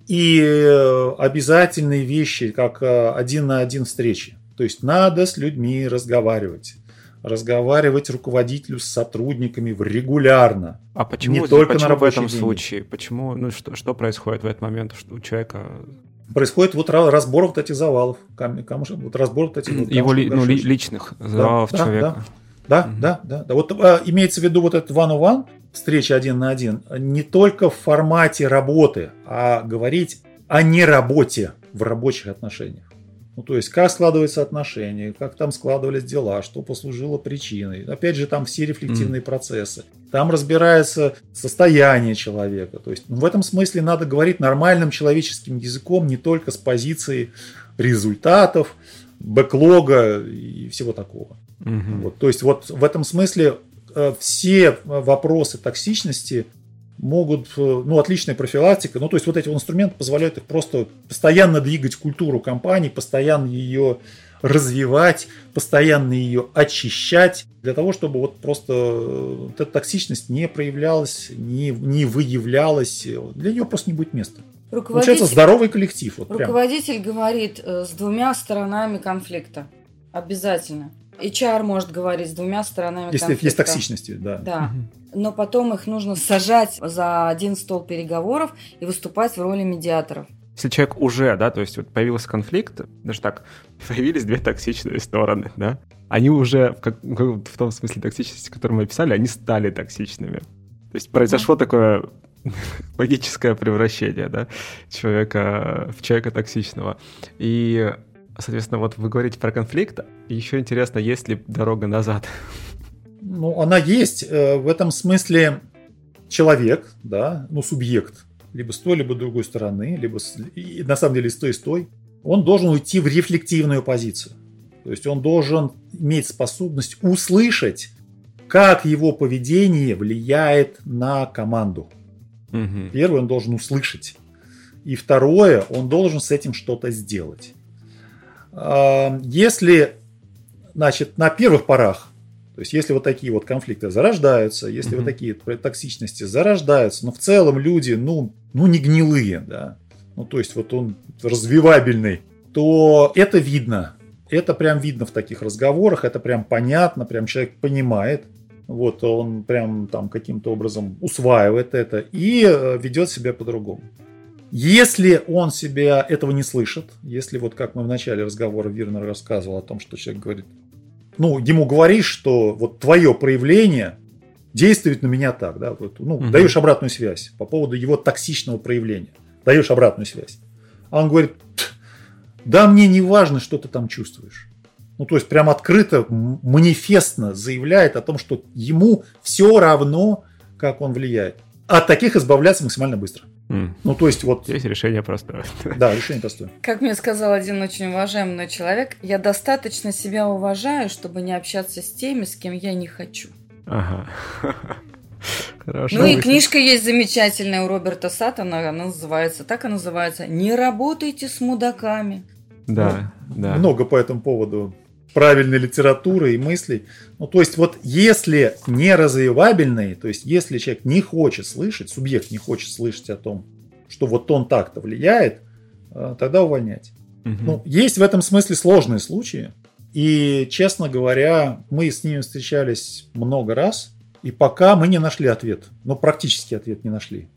И обязательные вещи, как 1 на 1 встречи. То есть надо с людьми разговаривать руководителю с сотрудниками регулярно. А почему, не только почему на в этом день. случае? Почему, что происходит в этот момент, что у человека... Происходит вот разбор вот этих завалов, вот разбор вот этих вот его личных завалов человека. Да. Вот имеется в виду вот этот one-on-one, встреча 1 на 1, не только в формате работы, а говорить о неработе в рабочих отношениях. Ну, то есть, как складываются отношения, как там складывались дела, что послужило причиной. Опять же, там все рефлективные процессы. Там разбирается состояние человека. То есть, в этом смысле надо говорить нормальным человеческим языком, не только с позиции результатов, бэклога и всего такого. Вот, то есть, вот в этом смысле все вопросы токсичности могут, отличная профилактика, то есть вот эти вот инструменты позволяют их просто постоянно двигать культуру компании, постоянно ее развивать, постоянно ее очищать, для того, чтобы вот просто эта токсичность не проявлялась, не выявлялась, для нее просто не будет места. Получается здоровый коллектив. Вот руководитель говорит с 2 сторонами конфликта. Обязательно. HR может говорить с 2 сторонами конфликта. Если есть токсичности, да. Но потом их нужно сажать за один стол переговоров и выступать в роли медиаторов. Если человек уже, то есть вот появился конфликт, даже так, появились 2 токсичные стороны, они уже в том смысле токсичности, которую мы описали, они стали токсичными. То есть произошло такое логическое превращение, человека в человека токсичного. И, соответственно, вот вы говорите про конфликт, и еще интересно, есть ли дорога назад? Она есть. В этом смысле человек, субъект, либо с той, либо с другой стороны, либо на самом деле с той, он должен уйти в рефлективную позицию. То есть он должен иметь способность услышать, как его поведение влияет на команду. Первое, он должен услышать. И второе, он должен с этим что-то сделать. Если, на первых порах, то есть, если вот такие вот конфликты зарождаются, если вот такие токсичности зарождаются, но в целом люди, не гнилые, то есть, вот он развивабельный, то это видно. Это прям видно в таких разговорах, это прям понятно, прям человек понимает. Вот он прям там каким-то образом усваивает это и ведет себя по-другому. Если он себя этого не слышит, если вот как мы в начале разговора Вирнер рассказывал о том, что человек говорит, ему говоришь, что вот твое проявление действует на меня так, даешь обратную связь по поводу его токсичного проявления, даешь обратную связь. А он говорит, да мне не важно, что ты там чувствуешь. То есть прям открыто, манифестно заявляет о том, что ему все равно, как он влияет. От таких избавляться максимально быстро. То есть вот... Здесь решение простое. Да, решение простое. Как мне сказал один очень уважаемый человек, я достаточно себя уважаю, чтобы не общаться с теми, с кем я не хочу. Ага. Хорошо. И книжка есть замечательная у Роберта Саттона, она называется «Не работайте с мудаками». Да. Много по этому поводу правильной литературы и мыслей. То есть вот если не развивабельный, то есть если человек не хочет слышать, субъект не хочет слышать о том, что вот он так-то влияет, тогда увольнять. Есть в этом смысле сложные случаи. И, честно говоря, мы с ними встречались много раз, и пока мы не нашли ответ. Практически ответ не нашли.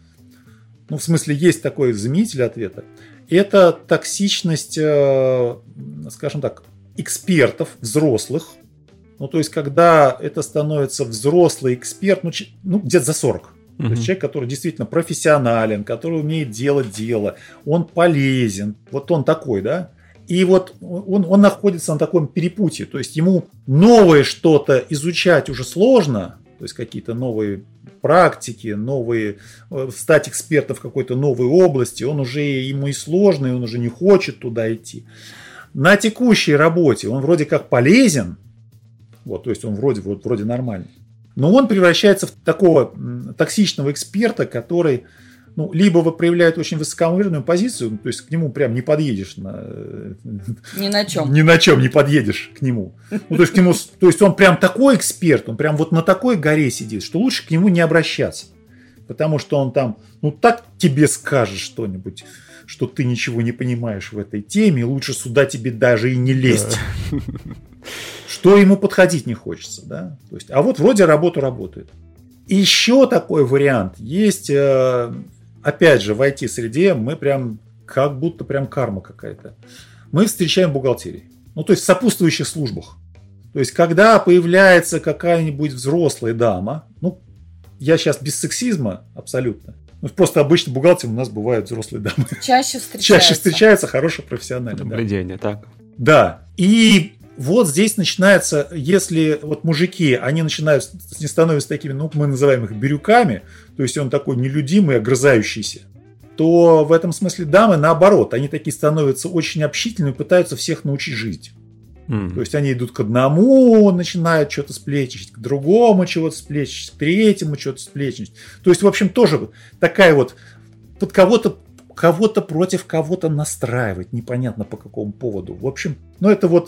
В смысле, есть такой заменитель ответа. Это токсичность, скажем так, экспертов, взрослых. То есть, когда это становится взрослый эксперт, где-то за 40. То есть, человек, который действительно профессионален, который умеет делать дело, он полезен. Вот он такой, И вот он находится на таком перепутье. То есть, ему новое что-то изучать уже сложно. То есть, какие-то новые практики, стать экспертом в какой-то новой области. Ему и сложно, и он уже не хочет туда идти. На текущей работе он вроде как полезен, то есть он вроде нормальный, но он превращается в такого токсичного эксперта, который либо проявляет очень высокомерную позицию, то есть к нему прям не подъедешь ни на чем. Ни на чем не подъедешь к нему. То есть он прям такой эксперт, он прям вот на такой горе сидит, что лучше к нему не обращаться. потому что он там, так тебе скажет что-нибудь, что ты ничего не понимаешь в этой теме, лучше сюда тебе даже и не лезть. Да. Что ему подходить не хочется, да? То есть, а вот вроде работа работает. Еще такой вариант есть, опять же, в IT-среде мы прям, как будто прям карма какая-то. Мы встречаем в бухгалтерии, то есть в сопутствующих службах. То есть, когда появляется какая-нибудь взрослая дама, я сейчас без сексизма абсолютно, просто обычно бухгалтером у нас бывают взрослые дамы. Чаще встречаются хорошие профессиональные. Наблюдение, да. Так. Да, и вот здесь начинается, если вот мужики, они не становятся такими, мы называем их бирюками, то есть он такой нелюдимый, огрызающийся, то в этом смысле дамы наоборот, они такие становятся очень общительными, пытаются всех научить жить. То есть они идут к одному, начинают что-то сплетничать, к другому чего-то сплетничать, к третьему что-то сплетничать. То есть, в общем, тоже такая вот под кого-то против кого-то настраивать, непонятно по какому поводу. В общем, это вот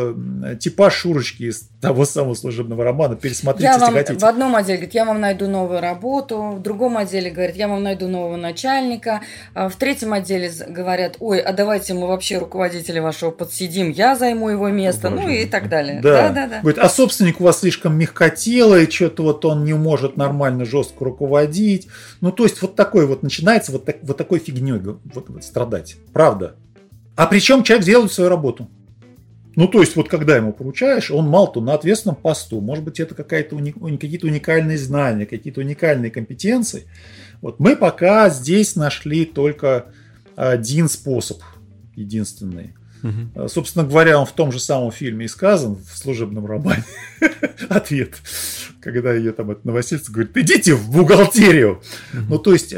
типаж Шурочки из того самого служебного романа. Пересмотрите, если хотите. В одном отделе говорит, я вам найду новую работу, в другом отделе говорит, я вам найду нового начальника, в третьем отделе говорят, ой, а давайте мы вообще руководителя вашего подсидим, я займу его место, и так далее. Да. Говорит, а собственник у вас слишком мягкотелый, что-то вот он не может нормально, жестко руководить. То есть вот такой вот начинается вот такой фигней страдать. Правда. А причем человек делает свою работу. То есть, вот когда ему поручаешь, он мало-то на ответственном посту. Может быть, это какие-то уникальные знания, какие-то уникальные компетенции. Вот мы пока здесь нашли только один способ, единственный. Угу. Собственно говоря, он в том же самом фильме и сказан, в служебном романе. Ответ. Когда ее там это новосельство говорит, идите в бухгалтерию. Угу. То есть,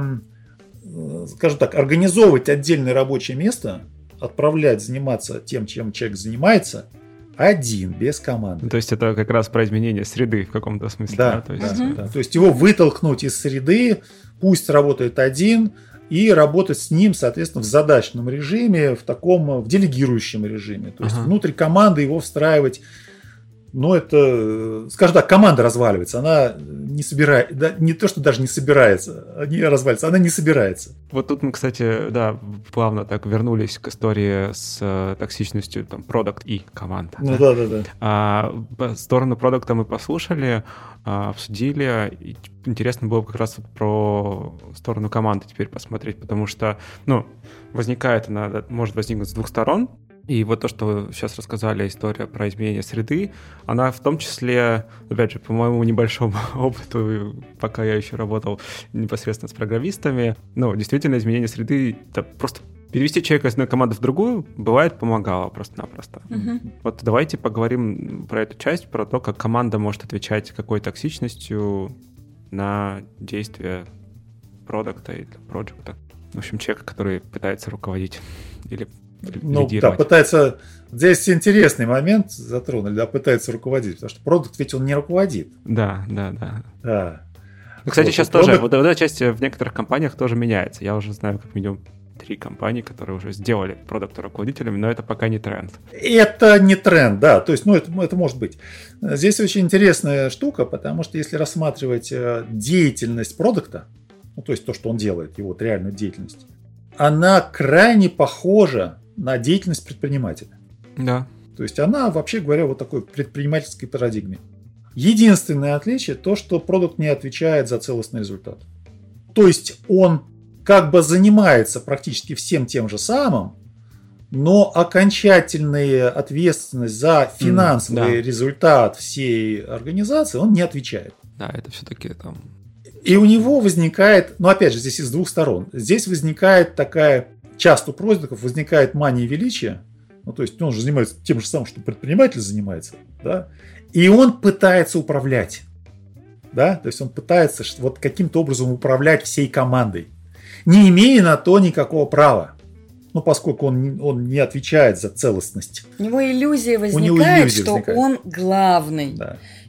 скажем так, организовывать отдельное рабочее место, отправлять заниматься тем, чем человек занимается, один, без команды. То есть это как раз про изменение среды в каком-то смысле. Да. То есть его вытолкнуть из среды, пусть работает один, и работать с ним, соответственно, в задачном режиме, в делегирующем режиме. То есть внутрь команды его встраивать. Это, скажем так, команда разваливается, она не собирается, не то, что даже не собирается, не развалится, она не собирается. Вот тут мы, кстати, плавно так вернулись к истории с токсичностью, продакт и команда. Да. По сторону продукта мы послушали, обсудили, и интересно было как раз про сторону команды теперь посмотреть, потому что, может возникнуть с двух сторон. И вот то, что вы сейчас рассказали, история про изменение среды, она в том числе, опять же, по моему небольшому опыту, пока я еще работал непосредственно с программистами, действительно, изменение среды, это просто перевести человека из одной команды в другую, бывает, помогало просто-напросто. Угу. Вот давайте поговорим про эту часть, про то, как команда может отвечать какой токсичностью на действия продукта или проекта. В общем, человека, который пытается руководить или пытается. Здесь интересный момент затронули, пытается руководить, потому что продукт ведь он не руководит. Да. Кстати, сейчас тоже, вот эта часть в некоторых компаниях тоже меняется. Я уже знаю как минимум 3 компании, которые уже сделали продукты руководителями, но это пока не тренд. Это не тренд, да, то есть, это может быть. Здесь очень интересная штука, потому что если рассматривать деятельность продукта, то есть то, что он делает, его реальную деятельность, она крайне похожа на деятельность предпринимателя. Да. То есть она, вообще говоря, вот такой предпринимательской парадигме. Единственное отличие то, что продукт не отвечает за целостный результат. То есть он как бы занимается практически всем тем же самым, но окончательная ответственность за финансовый результат всей организации он не отвечает. Да, это все-таки там... И у него возникает, опять же, здесь из двух сторон. Здесь возникает такая, часто у продуктов возникает мания величия. То есть он же занимается тем же самым, что предприниматель занимается. Да? И он пытается управлять. Да? То есть он пытается вот каким-то образом управлять всей командой, не имея на то никакого права. Поскольку он не отвечает за целостность. У него иллюзия возникает, что он главный. Да.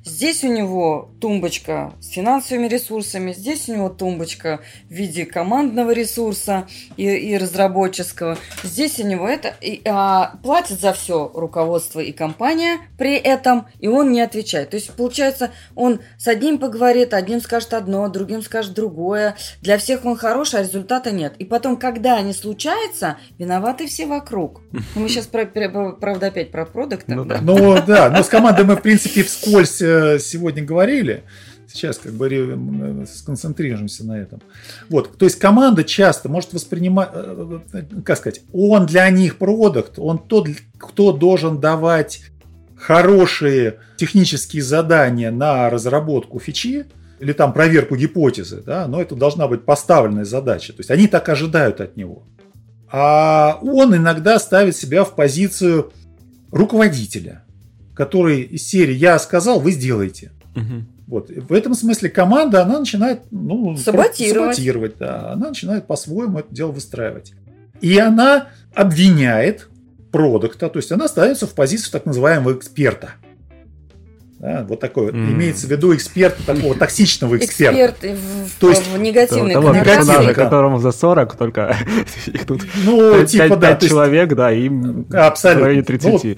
здесь у него тумбочка с финансовыми ресурсами, здесь у него тумбочка в виде командного ресурса и разработческого, здесь у него это, платит за все руководство и компания при этом, и он не отвечает. То есть, получается, он с одним поговорит, одним скажет одно, другим скажет другое, для всех он хороший, а результата нет. И потом, когда они случаются, виноваты все вокруг. Мы сейчас, правда, опять про продукты. Но с командой мы, в принципе, вскользь сегодня говорили. Сейчас как бы сконцентрируемся на этом. Вот, то есть команда часто может воспринимать, как сказать, он для них продукт, он тот, кто должен давать хорошие технические задания на разработку фичи или там проверку гипотезы, да, но это должна быть поставленная задача. То есть они так ожидают от него. А он иногда ставит себя в позицию руководителя, который из серии «я сказал, вы сделаете». Вот. В этом смысле команда, она начинает саботировать, да. Она начинает по-своему это дело выстраивать. И она обвиняет продукта, то есть она становится в позицию так называемого эксперта. Да, вот такой имеется в виду эксперт, такого токсичного эксперта. Эксперт в негативной коннотации. Которому за 40, только их тут 5 человек, да, им в районе 30.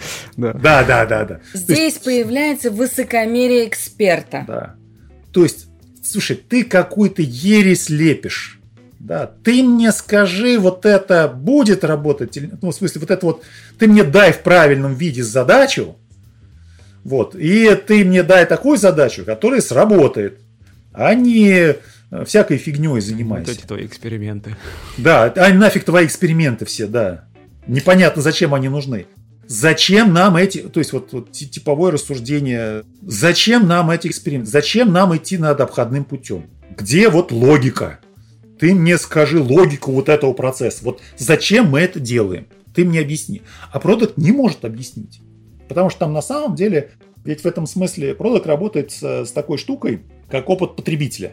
Да. Здесь появляется высокомерие эксперта. Да. То есть, слушай, ты какую-то ересь лепишь. Да, ты мне скажи, вот это будет работать, ну, в смысле, вот это вот, ты мне дай в правильном виде задачу, вот, и ты мне дай такую задачу, которая сработает, а не всякой фигней занимайся. Вот эти твои эксперименты. Да, а нафиг твои эксперименты все, да. Непонятно, зачем они нужны. Зачем нам эти, то есть вот типовое рассуждение, зачем нам эти эксперименты, зачем нам идти над обходным путем? Где вот логика? Ты мне скажи логику вот этого процесса. Вот зачем мы это делаем? Ты мне объясни. А продакт не может объяснить. Потому что там на самом деле, ведь в этом смысле продакт работает с такой штукой, как опыт потребителя.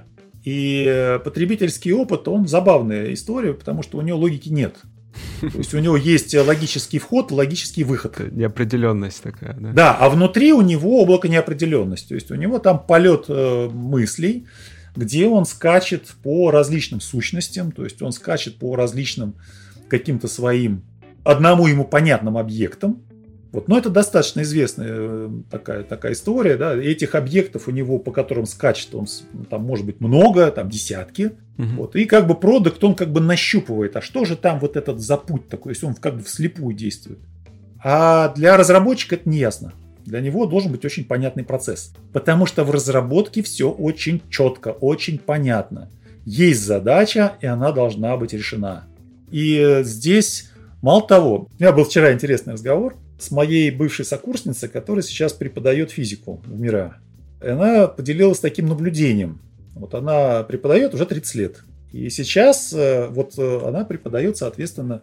И потребительский опыт, он забавная история, потому что у него логики нет. То есть у него есть логический вход, логический выход. Неопределенность такая, да? Да, а внутри у него облако неопределенности. То есть у него там полет мыслей, где он скачет по различным сущностям, то есть он скачет по различным каким-то своим, одному ему понятным объектам. Вот. Но это достаточно известная такая история. Да? Этих объектов у него, по которым скачет, там может быть много, там десятки. Вот. И как бы продакт, он как бы нащупывает, а что же там вот этот за путь такой, если он как бы вслепую действует. А для разработчика это не ясно. Для него должен быть очень понятный процесс. Потому что в разработке все очень четко, очень понятно. Есть задача, и она должна быть решена. И здесь, мало того, у меня был вчера интересный разговор с моей бывшей сокурсницей, которая сейчас преподает физику в МИРА. И она поделилась таким наблюдением. Вот она преподает уже 30 лет. И сейчас вот она преподает, соответственно,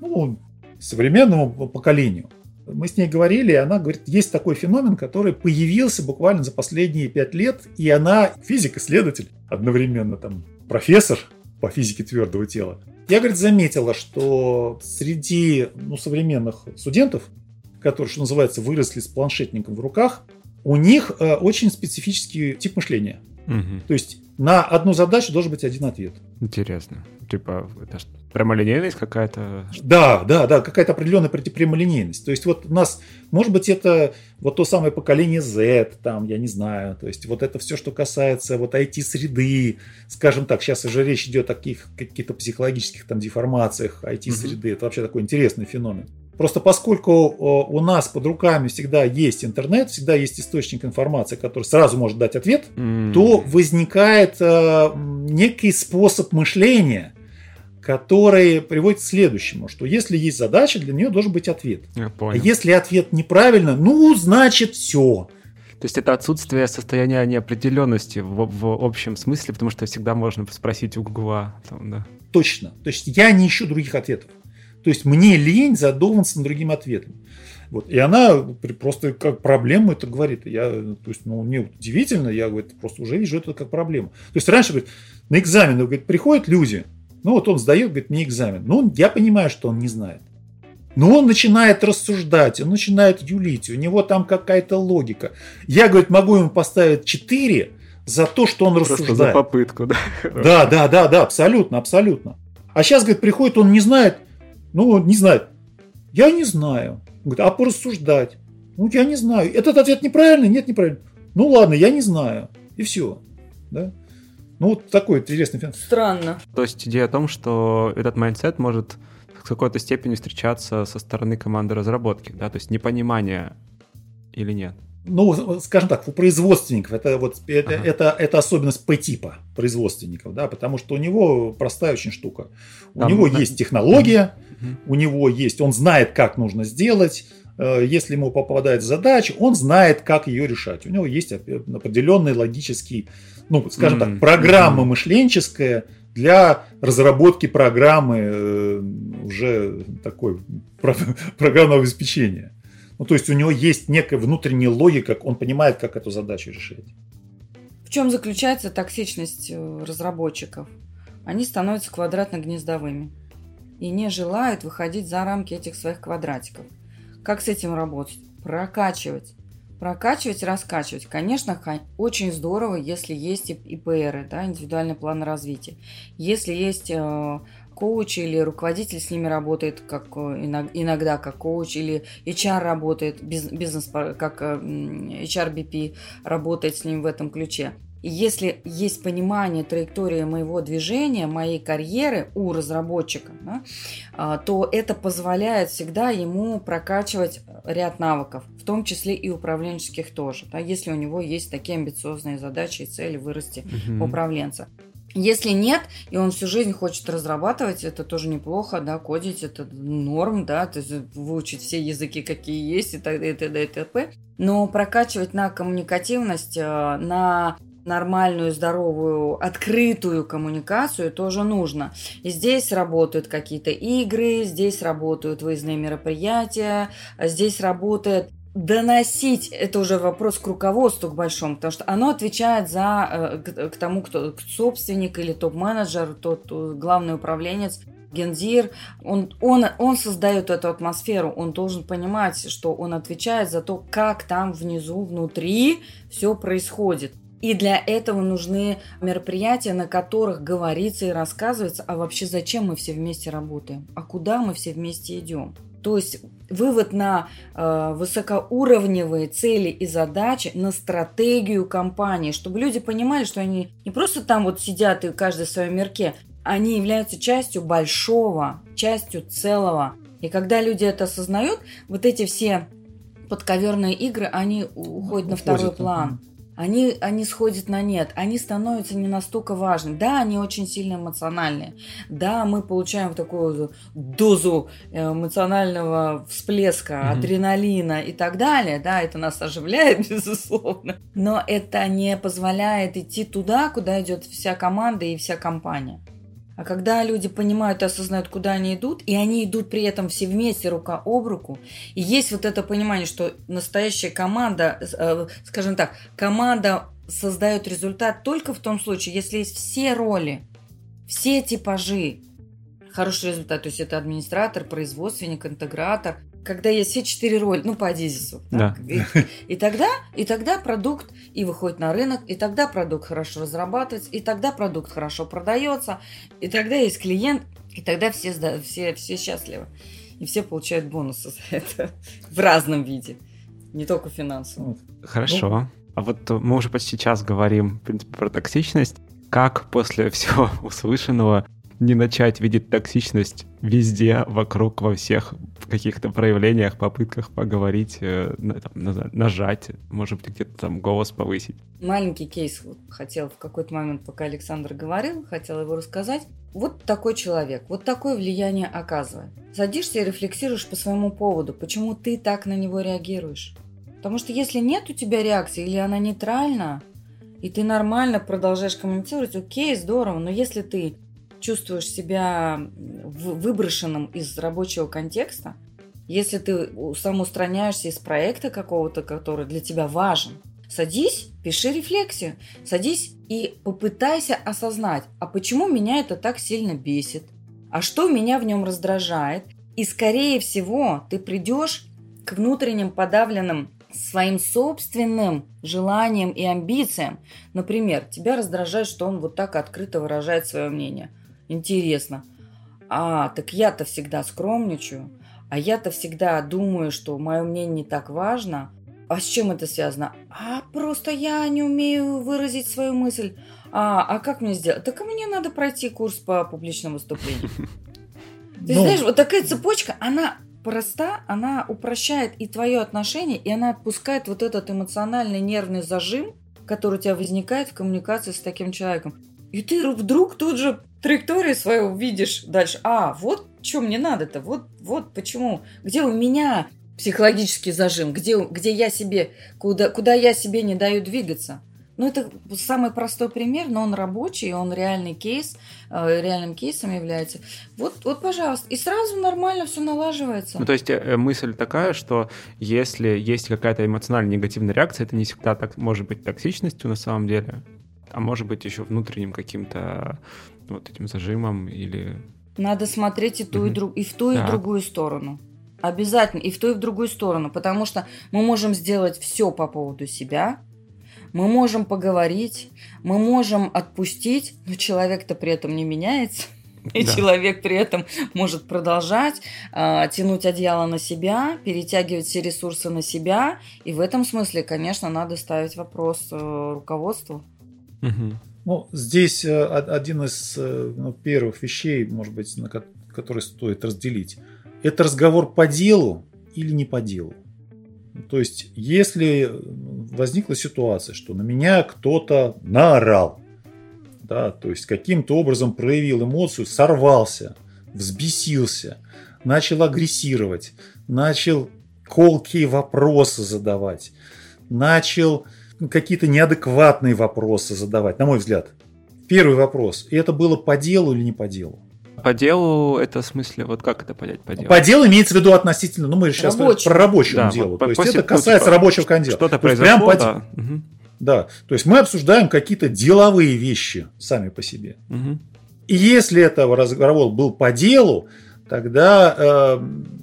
современному поколению. Мы с ней говорили, и она говорит, есть такой феномен, который появился буквально за последние 5 лет, и она физик-исследователь, одновременно там профессор по физике твердого тела. Я, говорит, заметила, что среди современных студентов, которые, что называется, выросли с планшетником в руках, у них очень специфический тип мышления. То есть на одну задачу должен быть один ответ. Интересно. Типа, это что, прямолинейность какая-то? Да, какая-то определенная прямолинейность. То есть вот у нас, может быть, это вот то самое поколение Z, там, я не знаю, то есть вот это все, что касается вот IT-среды, скажем так, сейчас уже речь идет о каких-то психологических там деформациях IT-среды, это вообще такой интересный феномен. Просто поскольку у нас под руками всегда есть интернет, всегда есть источник информации, который сразу может дать ответ, то возникает некий способ мышления, который приводит к следующему, что если есть задача, для нее должен быть ответ. А если ответ неправильно, значит все. То есть это отсутствие состояния неопределенности в общем смысле, потому что всегда можно спросить у Гугла. Да. Точно. То есть я не ищу других ответов. То есть мне лень задуматься над другим ответом. Вот. И она просто как проблему это говорит. Мне удивительно, я говорит, просто уже вижу это как проблему. То есть раньше, говорит, на экзамены, говорит, приходят люди, он сдает, говорит, мне экзамен. Я понимаю, что он не знает. Но он начинает рассуждать, он начинает юлить, у него там какая-то логика. Я, говорит, могу ему поставить 4 за то, что он рассуждает. Просто за попытку, да? Да, абсолютно. А сейчас, говорит, приходит, он не знает. Я не знаю. Говорит, а порассуждать? Я не знаю. Этот ответ неправильный? Нет, неправильный. Ладно, я не знаю. И все. Да? Вот такой интересный феномен. Странно. То есть идея о том, что этот майндсет может в какой-то степени встречаться со стороны команды разработки, да, то есть непонимание или нет? Скажем так, у производственников это особенность P-типа производственников, да, потому что у него простая очень штука. У него есть технология, у него есть, он знает, как нужно сделать. Если ему попадает задача, он знает, как ее решать. У него есть определенный логический, скажем так, программа мышленческая для разработки программы уже такой программного обеспечения. То есть у него есть некая внутренняя логика, он понимает, как эту задачу решить. В чем заключается токсичность разработчиков? Они становятся квадратно-гнездовыми и не желают выходить за рамки этих своих квадратиков. Как с этим работать? Прокачивать, раскачивать. Конечно, очень здорово, если есть ИПРы, да, индивидуальный план развития. Если есть коуч или руководитель с ними работает иногда как коуч, или HR работает, бизнес как HRBP работает с ним в этом ключе. И если есть понимание траектории моего движения, моей карьеры у разработчика, да, то это позволяет всегда ему прокачивать ряд навыков, в том числе и управленческих тоже, да, если у него есть такие амбициозные задачи и цели вырасти в управленца. Если нет, и он всю жизнь хочет разрабатывать, это тоже неплохо, да, кодить, это норм, да, то есть выучить все языки, какие есть, и т.д. и т.д. и т.п. Но прокачивать на коммуникативность, на нормальную, здоровую, открытую коммуникацию тоже нужно. И здесь работают какие-то игры, здесь работают выездные мероприятия, здесь работает доносить, это уже вопрос к руководству, к большому, потому что оно отвечает к тому, кто собственник или топ-менеджер, тот главный управленец, гендир, он создает эту атмосферу, он должен понимать, что он отвечает за то, как там внизу, внутри все происходит. И для этого нужны мероприятия, на которых говорится и рассказывается, а вообще зачем мы все вместе работаем, а куда мы все вместе идем. То есть вывод на высокоуровневые цели и задачи, на стратегию компании, чтобы люди понимали, что они не просто там вот сидят и каждый в своем мирке, они являются частью большого, частью целого. И когда люди это осознают, вот эти все подковерные игры, они уходят на второй план. Они сходят на нет, они становятся не настолько важными. Да, они очень сильно эмоциональные. Да, мы получаем такую дозу эмоционального всплеска, адреналина и так далее. Да, это нас оживляет, безусловно. Но это не позволяет идти туда, куда идет вся команда и вся компания. А когда люди понимают и осознают, куда они идут, и они идут при этом все вместе, рука об руку, и есть вот это понимание, что настоящая команда, скажем так, команда создает результат только в том случае, если есть все роли, все типажи, хороший результат, то есть это администратор, производственник, интегратор, когда есть все 4 роли, по Адизису. Да. И тогда продукт и выходит на рынок, и тогда продукт хорошо разрабатывается, и тогда продукт хорошо продается, и тогда есть клиент, и тогда все счастливы. И все получают бонусы за это в разном виде, не только финансово. Хорошо. А вот мы уже почти час говорим, в принципе, про токсичность. Как после всего услышанного не начать видеть токсичность везде, вокруг, во всех каких-то проявлениях, попытках поговорить, нажать, может быть, где-то там голос повысить? Маленький кейс хотел в какой-то момент, пока Александр говорил, хотела его рассказать. Вот такой человек, вот такое влияние оказывает. Садишься и рефлексируешь по своему поводу, почему ты так на него реагируешь. Потому что если нет у тебя реакции, или она нейтральна, и ты нормально продолжаешь коммуницировать, окей, здорово, но если ты чувствуешь себя выброшенным из рабочего контекста, если ты самоустраняешься из проекта какого-то, который для тебя важен, садись, пиши рефлексию, садись и попытайся осознать, а почему меня это так сильно бесит, а что меня в нем раздражает, И, скорее всего, ты придешь к внутренним подавленным своим собственным желаниям и амбициям. Например, тебя раздражает, что он вот так открыто выражает свое мнение. Интересно. Так я-то всегда скромничаю, а я-то всегда думаю, что мое мнение не так важно. А с чем это связано? Просто я не умею выразить свою мысль. Как мне сделать? Так мне надо пройти курс по публичному выступлению. Ты знаешь, вот такая цепочка, она проста, она упрощает и твое отношение, и она отпускает вот этот эмоциональный нервный зажим, который у тебя возникает в коммуникации с таким человеком. И ты вдруг тут же траекторию свою видишь дальше. Вот что мне надо-то, вот почему. Где у меня психологический зажим, где я себе, куда я себе не даю двигаться. Это самый простой пример, но он рабочий, он реальным кейсом является. Вот, пожалуйста, и сразу нормально все налаживается. То есть мысль такая, что если есть какая-то эмоционально негативная реакция, это не всегда так может быть токсичностью на самом деле, а может быть еще внутренним каким-то вот этим зажимом или... Надо смотреть и в ту, и другую сторону. Обязательно, и в ту, и в другую сторону, потому что мы можем сделать все по поводу себя, мы можем поговорить, мы можем отпустить, но человек-то при этом не меняется. И человек при этом может продолжать тянуть одеяло на себя, перетягивать все ресурсы на себя. И в этом смысле, конечно, надо ставить вопрос руководству. Здесь один из первых вещей, может быть, которые стоит разделить. Это разговор по делу или не по делу. То есть, если возникла ситуация, что на меня кто-то наорал, то есть каким-то образом проявил эмоцию, сорвался, взбесился, начал агрессировать, начал колкие вопросы задавать, начал какие-то неадекватные вопросы задавать, на мой взгляд. Первый вопрос. И это было по делу или не по делу? По делу, это в смысле, вот как это понять по делу? По делу имеется в виду относительно, мы же сейчас про рабочее дело. То есть это касается рабочего дела. Что-то произошло, Да, то есть мы обсуждаем какие-то деловые вещи сами по себе. И если это разговор был по делу, тогда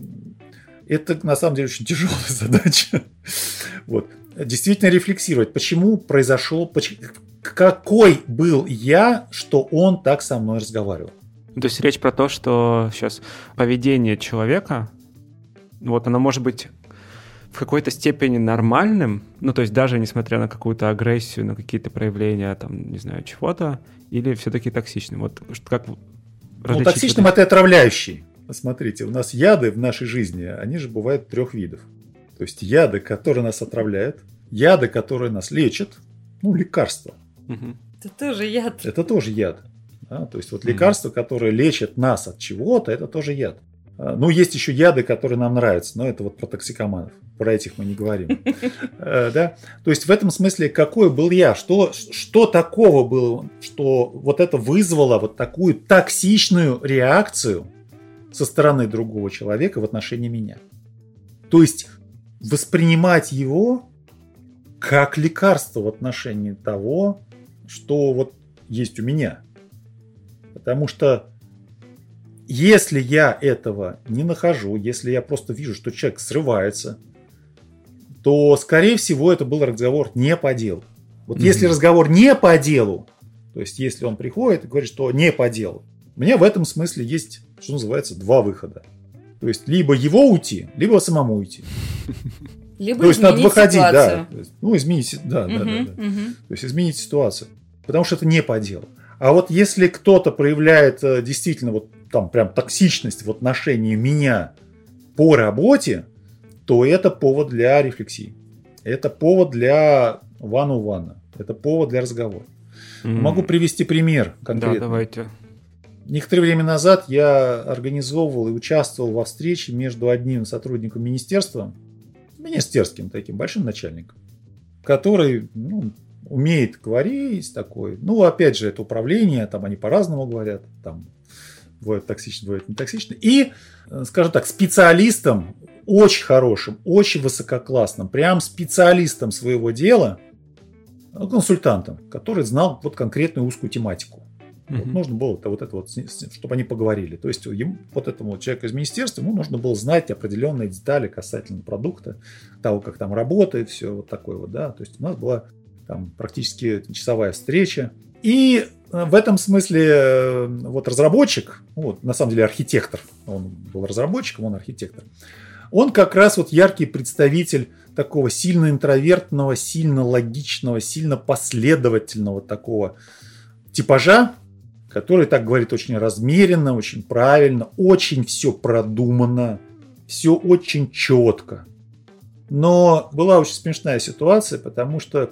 это на самом деле очень тяжелая задача. Действительно рефлексировать, почему произошел, какой был я, что он так со мной разговаривал. То есть речь про то, что сейчас поведение человека, оно может быть в какой-то степени нормальным, то есть даже несмотря на какую-то агрессию, на какие-то проявления, не знаю, чего-то, или все-таки токсичным? Как токсичным это отравляющий. Смотрите, у нас яды в нашей жизни, они же бывают 3 видов. То есть яды, которые нас отравляют, яды, которые нас лечат, лекарства. Это тоже яд. Это тоже яд. То есть лекарства, которые лечат нас от чего-то, это тоже яд. Есть еще яды, которые нам нравятся, но это про токсикоманов. Про этих мы не говорим. То есть в этом смысле, какой был я? Что такого было, что это вызвало такую токсичную реакцию со стороны другого человека в отношении меня? То есть воспринимать его как лекарство в отношении того, что есть у меня. Потому что если я этого не нахожу, если я просто вижу, что человек срывается, то, скорее всего, это был разговор не по делу. Если разговор не по делу, то есть если он приходит и говорит, что не по делу, у меня в этом смысле есть, что называется, 2 выхода. То есть либо его уйти, либо самому уйти. Либо то есть надо выходить, ситуацию. Изменить, То есть изменить ситуацию, потому что это не по делу. А если кто-то проявляет действительно прям токсичность в отношении меня по работе, то это повод для рефлексии. Это повод для one-on-one. Это повод для разговора. Могу привести пример конкретно. Да, давайте. Некоторое время назад я организовывал и участвовал во встрече между одним сотрудником министерским таким большим начальником, который умеет говорить такой. Опять же, это управление, там они по-разному говорят, там бывает токсично, бывает не токсично. И, скажем так, специалистом очень хорошим, очень высококлассным, прям специалистом своего дела, консультантом, который знал конкретную узкую тематику. Вот нужно было чтобы они поговорили. То есть вот этому человеку из министерства ему нужно было знать определенные детали касательно продукта, того, как там работает, все вот такое вот, да. То есть у нас была там практически часовая встреча. И в этом смысле вот разработчик, на самом деле архитектор, он был разработчиком, он архитектор, он как раз вот яркий представитель такого сильно интровертного, сильно логичного, сильно последовательного такого типажа, который так говорит очень размеренно, очень правильно, очень все продумано, все очень четко. Но была очень смешная ситуация, потому что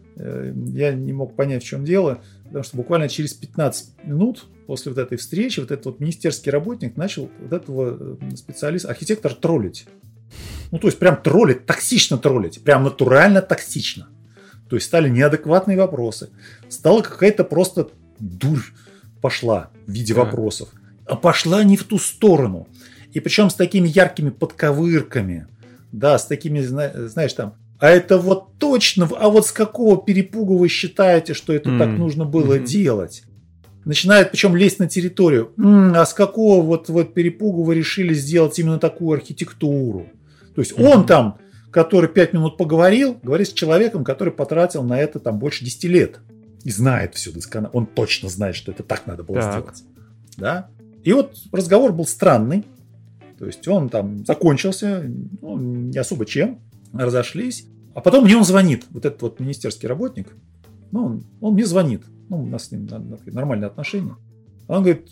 я не мог понять, в чем дело, потому что буквально через 15 минут после вот этой встречи вот этот вот министерский работник начал вот этого специалиста, архитектора, троллить. То есть прям троллить, токсично троллить, прям натурально токсично. То есть стали неадекватные вопросы. Стала какая-то просто дурь пошла в виде вопросов. А пошла не в ту сторону. И причем с такими яркими подковырками. Да, с такими, знаешь, там, а это вот точно, а вот с какого перепугу вы считаете, что это так нужно было делать? Начинает, причем, лезть на территорию. А с какого вот перепугу вы решили сделать именно такую архитектуру? То есть он там, который 5 минут поговорил, говорит с человеком, который потратил на это там больше 10 лет. И знает все досконально. Он точно знает, что это так надо было сделать. Да? И вот разговор был странный. То есть он там закончился, не особо чем. Разошлись. А потом мне он звонит. Вот этот вот министерский работник. Он мне звонит. У нас с ним нормальные отношения. Он говорит: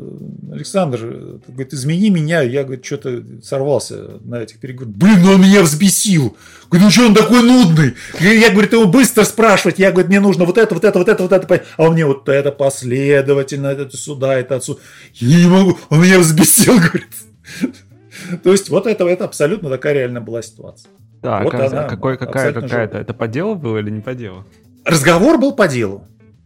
Александр, говорит, измени меня. Я, говорит, что-то сорвался на этих переговорах. Блин, он меня взбесил. Говорит, что он такой нудный? Я, говорит, его быстро спрашивать. Я, говорит, мне нужно вот это. А он мне вот это последовательно, это сюда, это отсюда. Я не могу. Он меня взбесил, говорит. То есть вот это абсолютно такая реальная была ситуация. Так, вот какая-то? Это по делу было или не по делу? Разговор был по делу.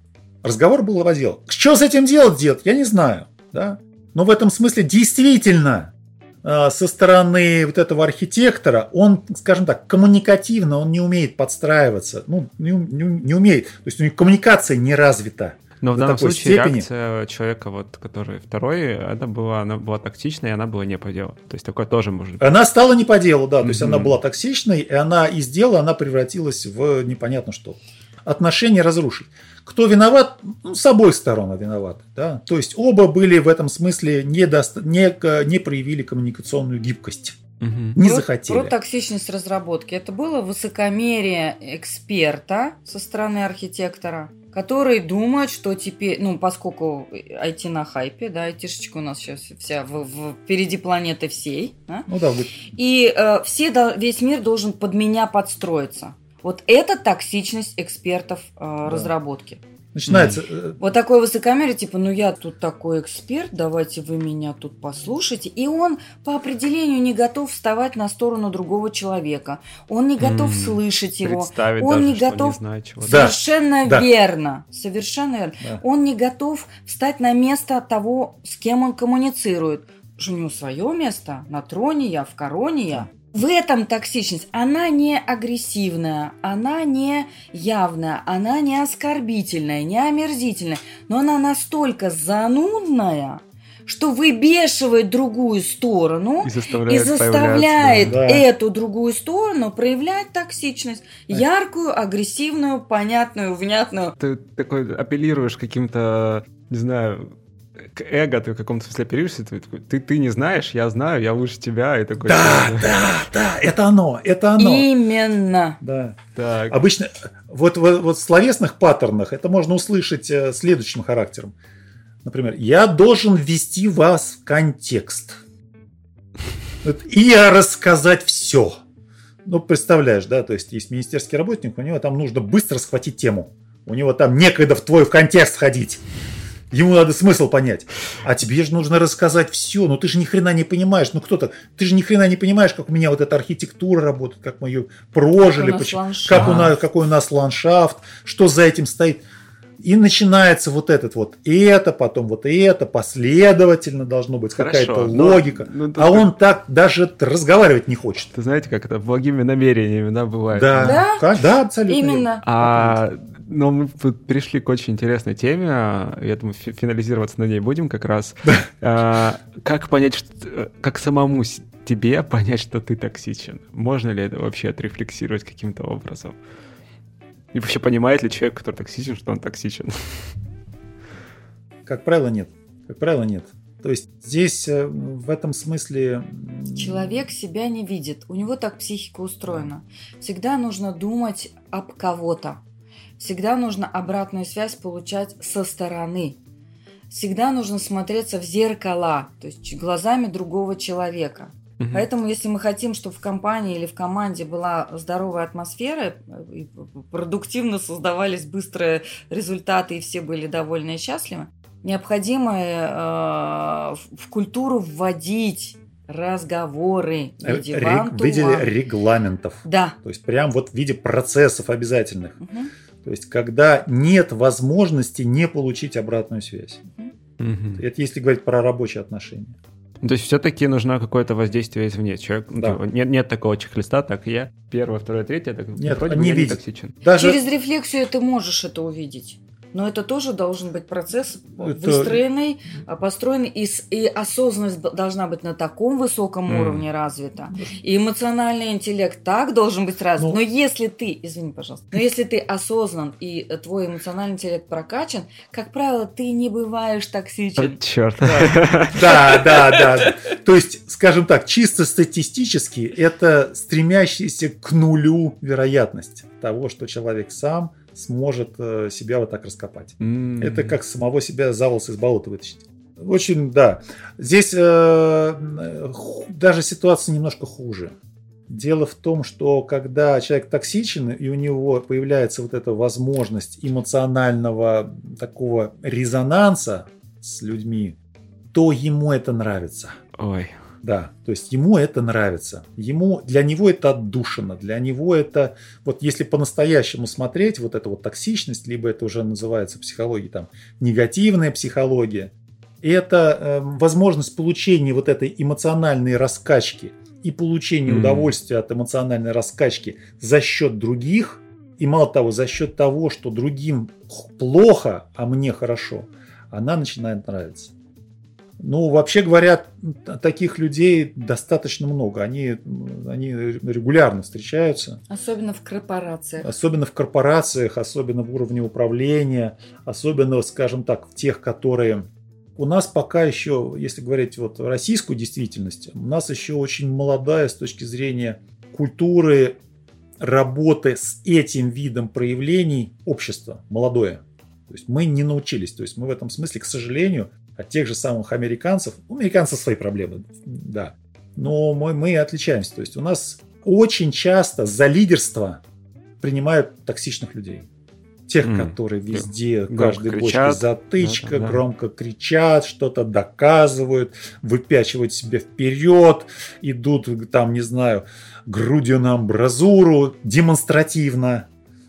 Что с этим делать, дед? Я не знаю. Да? Но в этом смысле действительно со стороны вот этого архитектора он, скажем так, коммуникативно, он не умеет подстраиваться. Не умеет. То есть у него коммуникация не развита. Но в данном случае реакция человека, который второй, она была токсичной, и она была не по делу. То есть такое тоже может быть. Она стала не по делу, да. То есть она была токсичной, и она из дела она превратилась в непонятно что. Отношения разрушить. Кто виноват? С обоих сторон виноваты. Да? То есть оба были в этом смысле не проявили коммуникационную гибкость. Не захотели. Про токсичность разработки. Это было высокомерие эксперта со стороны архитектора, который думает, что теперь, поскольку IT на хайпе, да, айтишечка у нас сейчас вся впереди планеты всей, да? И весь мир должен под меня подстроиться. Вот это токсичность экспертов разработки. Начинается... Вот такое высокомерие, типа, я тут такой эксперт, давайте вы меня тут послушайте. И он по определению не готов вставать на сторону другого человека. Он не готов слышать его. Он не готов... Совершенно верно. Совершенно верно. Да. Он не готов встать на место того, с кем он коммуницирует. У него свое место, на троне я, в короне я. В этом токсичность, она не агрессивная, она не явная, она не оскорбительная, не омерзительная, но она настолько занудная, что выбешивает другую сторону и заставляет эту другую сторону проявлять токсичность, яркую, агрессивную, понятную, внятную. Ты такой апеллируешь каким-то, не знаю... к эго, ты в каком-то смысле оперируешься, ты не знаешь, я знаю, я лучше тебя. И такой, да, это оно. Именно. Да. Так. Обычно вот в словесных паттернах это можно услышать следующим характером. Например, я должен ввести вас в контекст и рассказать все. Представляешь, да, то есть есть министерский работник, у него там нужно быстро схватить тему. У него там некогда в твой контекст ходить. Ему надо смысл понять. А тебе же нужно рассказать все. Ты же ни хрена не понимаешь. Ты же ни хрена не понимаешь, как у меня вот эта архитектура работает, как мы ее прожили, какой у нас ландшафт, что за этим стоит. И начинается вот этот вот это, потом вот это, последовательно должно быть какая-то логика. Он так даже разговаривать не хочет. Ты знаете, как это благими намерениями, да, бывает? Да, абсолютно. Именно. Но мы перешли к очень интересной теме. Я думаю, финализироваться на ней будем как раз. Как понять, как самому тебе понять, что ты токсичен? Можно ли это вообще отрефлексировать каким-то образом? И вообще понимает ли человек, который токсичен, что он токсичен? Как правило, нет. Как правило, нет. То есть здесь в этом смысле... Человек себя не видит. У него так психика устроена. Всегда нужно думать об кого-то. Всегда нужно обратную связь получать со стороны. Всегда нужно смотреться в зеркала, то есть глазами другого человека. Поэтому, если мы хотим, чтобы в компании или в команде была здоровая атмосфера, и продуктивно создавались быстрые результаты, и все были довольны и счастливы, необходимо в культуру вводить разговоры в виде регламентов. Да. То есть прям вот в виде процессов обязательных. То есть когда нет возможности не получить обратную связь. Это если говорить про рабочие отношения. То есть все-таки нужно какое-то воздействие извне. Человек, нет такого чек-листа, так я первое, второе, третье, так нет, вроде бы я не токсичен. Через рефлексию ты можешь это увидеть. Но это тоже должен быть процесс выстроенный, построенный, и осознанность должна быть на таком высоком уровне развита. И эмоциональный интеллект так должен быть развит. Но если ты, извини, пожалуйста, если ты осознан и твой эмоциональный интеллект прокачан, как правило, ты не бываешь токсичен. Черт. Да. То есть, скажем так, чисто статистически это стремящаяся к нулю вероятность того, что человек сам сможет себя вот так раскопать. Это как самого себя за волосы из болота вытащить. Очень, да. Здесь даже ситуация немножко хуже. Дело в том, что когда человек токсичен, и у него появляется вот эта возможность эмоционального такого резонанса с людьми, то ему это нравится. Ой. Да, то есть ему это нравится. Для него это отдушина, для него это, вот если по-настоящему смотреть, вот эта вот токсичность, либо это уже называется в психологии там негативная психология, это возможность получения вот этой эмоциональной раскачки и получения удовольствия от эмоциональной раскачки за счет других, и мало того, за счет того, что другим плохо, а мне хорошо, она начинает нравиться. Ну, вообще говоря, таких людей достаточно много. Они регулярно встречаются. Особенно в корпорациях. Особенно в уровне управления. Особенно, скажем так, в тех, которые... У нас пока еще, если говорить вот о российской действительности, у нас еще очень молодая с точки зрения культуры работы с этим видом проявлений общества. Молодое. То есть мы не научились. То есть мы в этом смысле, к сожалению... От тех же самых американцев. У американцев свои проблемы, да. Но мы отличаемся. То есть у нас очень часто за лидерство принимают токсичных людей. Тех, которые везде, каждой бочке затычка, громко кричат, что-то доказывают, выпячивают себя вперед, идут там, не знаю, грудью на амбразуру, демонстративно.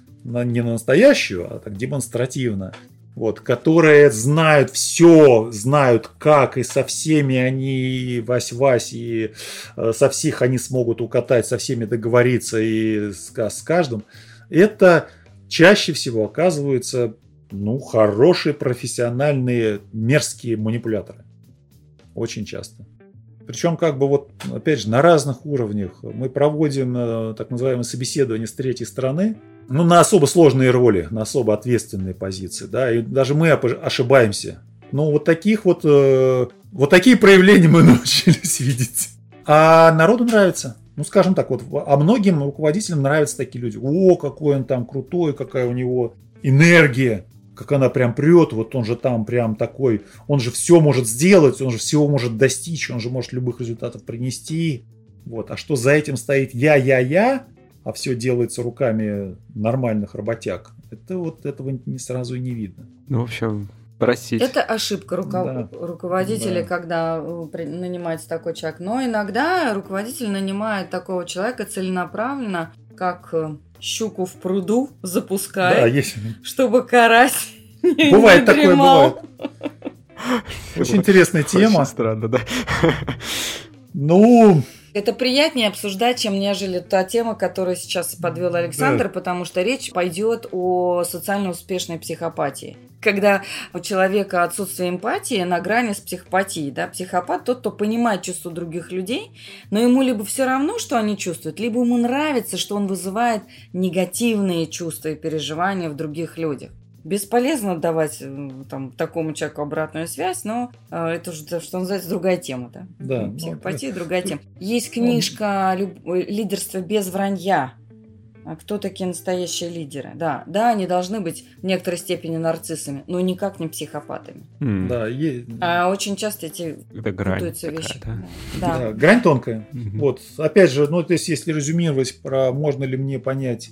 Не на настоящую, а так демонстративно. Вот, которые знают все, знают как, и со всеми они вась-вась, и со всех они смогут укатать, со всеми договориться и с каждым. Это чаще всего оказываются хорошие, профессиональные, мерзкие манипуляторы. Очень часто. Причем, опять же, на разных уровнях. Мы проводим так называемое собеседование с третьей стороны, на особо сложные роли, на особо ответственные позиции, да, и даже мы ошибаемся. Но вот такие проявления мы научились видеть. А народу нравится. Скажем так, а многим руководителям нравятся такие люди. О, какой он там крутой, какая у него энергия, как она прям прет, вот он же там прям такой, он же все может сделать, он же всего может достичь, он же может любых результатов принести. Вот. А что за этим стоит я, а все делается руками нормальных работяг, этого сразу и не видно. В общем, простите. Это ошибка руководителя, когда нанимается такой человек. Но иногда руководитель нанимает такого человека целенаправленно, как щуку в пруду запускает, чтобы карась не бывает дремал. Такое, бывает. Очень интересная тема. Очень странно, да. Это приятнее обсуждать, чем нежели та тема, которую сейчас подвел Александр, потому что речь пойдет о социально успешной психопатии. Когда у человека отсутствие эмпатии на грани с психопатией. Да? Психопат тот, кто понимает чувства других людей, но ему либо все равно, что они чувствуют, либо ему нравится, что он вызывает негативные чувства и переживания в других людях. Бесполезно давать такому человеку обратную связь, но это уже, что называется, другая тема. Да? Психопатия – другая тема. Есть книжка «Лидерство без вранья». А кто такие настоящие лидеры? Да, они должны быть в некоторой степени нарциссами, но никак не психопатами. Да, а очень часто эти путаются вещи. Да, грань тонкая. Вот. Опять же, если резюмировать про можно ли мне понять,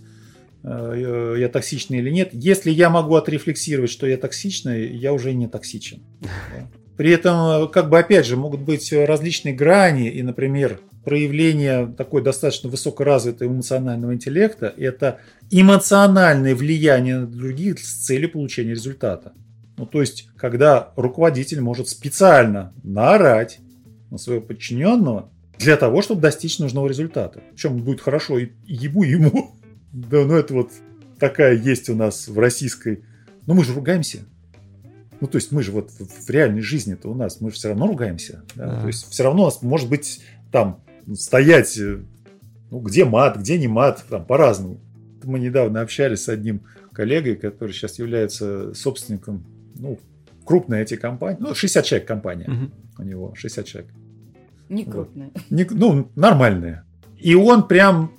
я токсичный или нет, если я могу отрефлексировать, что я токсичный, я уже не токсичен. При этом, опять же, могут быть различные грани, и, например, проявление такой достаточно высокоразвитого эмоционального интеллекта – это эмоциональное влияние на других с целью получения результата. То есть, когда руководитель может специально наорать на своего подчиненного для того, чтобы достичь нужного результата. Причем будет хорошо и ему. Да, это такая есть у нас в российской. Мы же ругаемся. То есть мы же в реальной жизни-то у нас, мы же все равно ругаемся. Да? То есть все равно у нас может быть там стоять, где мат, где не мат, по-разному. Мы недавно общались с одним коллегой, который сейчас является собственником крупной IT-компании. 60 человек компания у него, 60 человек. Не крупная. Нормальная. И он прям,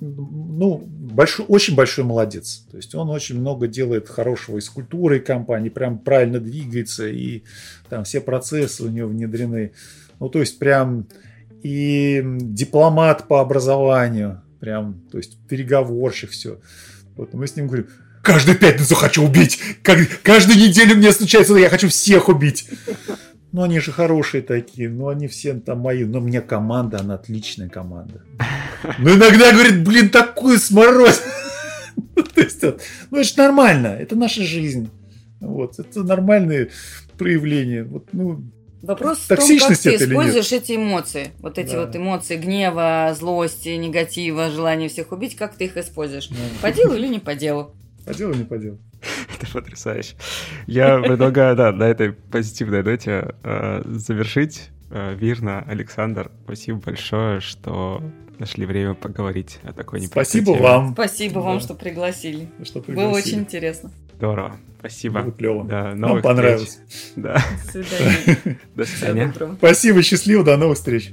очень большой молодец. То есть он очень много делает хорошего и с культурой компании, прям правильно двигается, и там все процессы у него внедрены. То есть прям и дипломат по образованию, прям, то есть переговорщик, все. Мы с ним говорим: каждую пятницу хочу убить, каждую неделю мне случается, я хочу всех убить. Они же хорошие такие, они все там мои. Но у меня команда, она отличная команда. Иногда говорит, такую сморозь. То есть, это же нормально, это наша жизнь. Это нормальные проявления. Вопрос в том, как ты используешь эти эмоции. Эти эмоции гнева, злости, негатива, желания всех убить, как ты их используешь? По делу или не по делу? По делу или не по делу? Это потрясающе. Я предлагаю, на этой позитивной ноте завершить. Вирна, Александр, спасибо большое, что нашли время поговорить о такой непростой теме. Спасибо вам. Спасибо вам, что пригласили. Было очень интересно. Здорово. Спасибо. Было клево. Нам понравилось. Да. До свидания. До свидания. Спасибо, счастливо, до новых встреч.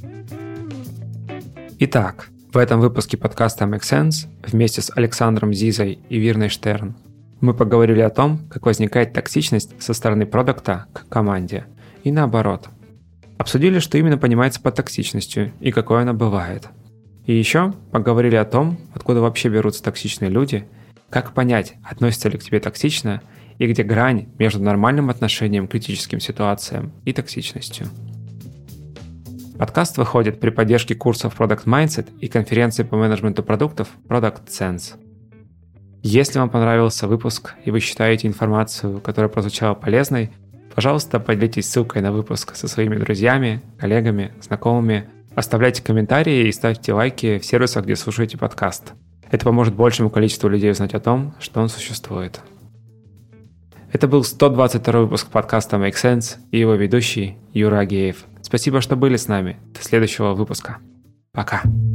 Итак, в этом выпуске подкаста Make Sense вместе с Александром Зизой и Вирной Штерн мы поговорили о том, как возникает токсичность со стороны продукта к команде и наоборот. Обсудили, что именно понимается под токсичностью и какой она бывает. И еще поговорили о том, откуда вообще берутся токсичные люди, как понять, относятся ли к тебе токсично и где грань между нормальным отношением к критическим ситуациям и токсичностью. Подкаст выходит при поддержке курсов Product Mindset и конференции по менеджменту продуктов Product Sense. Если вам понравился выпуск и вы считаете информацию, которая прозвучала полезной, пожалуйста, поделитесь ссылкой на выпуск со своими друзьями, коллегами, знакомыми, оставляйте комментарии и ставьте лайки в сервисах, где слушаете подкаст. Это поможет большему количеству людей узнать о том, что он существует. Это был 122 выпуск подкаста Make Sense и его ведущий Юра Агеев. Спасибо, что были с нами. До следующего выпуска. Пока.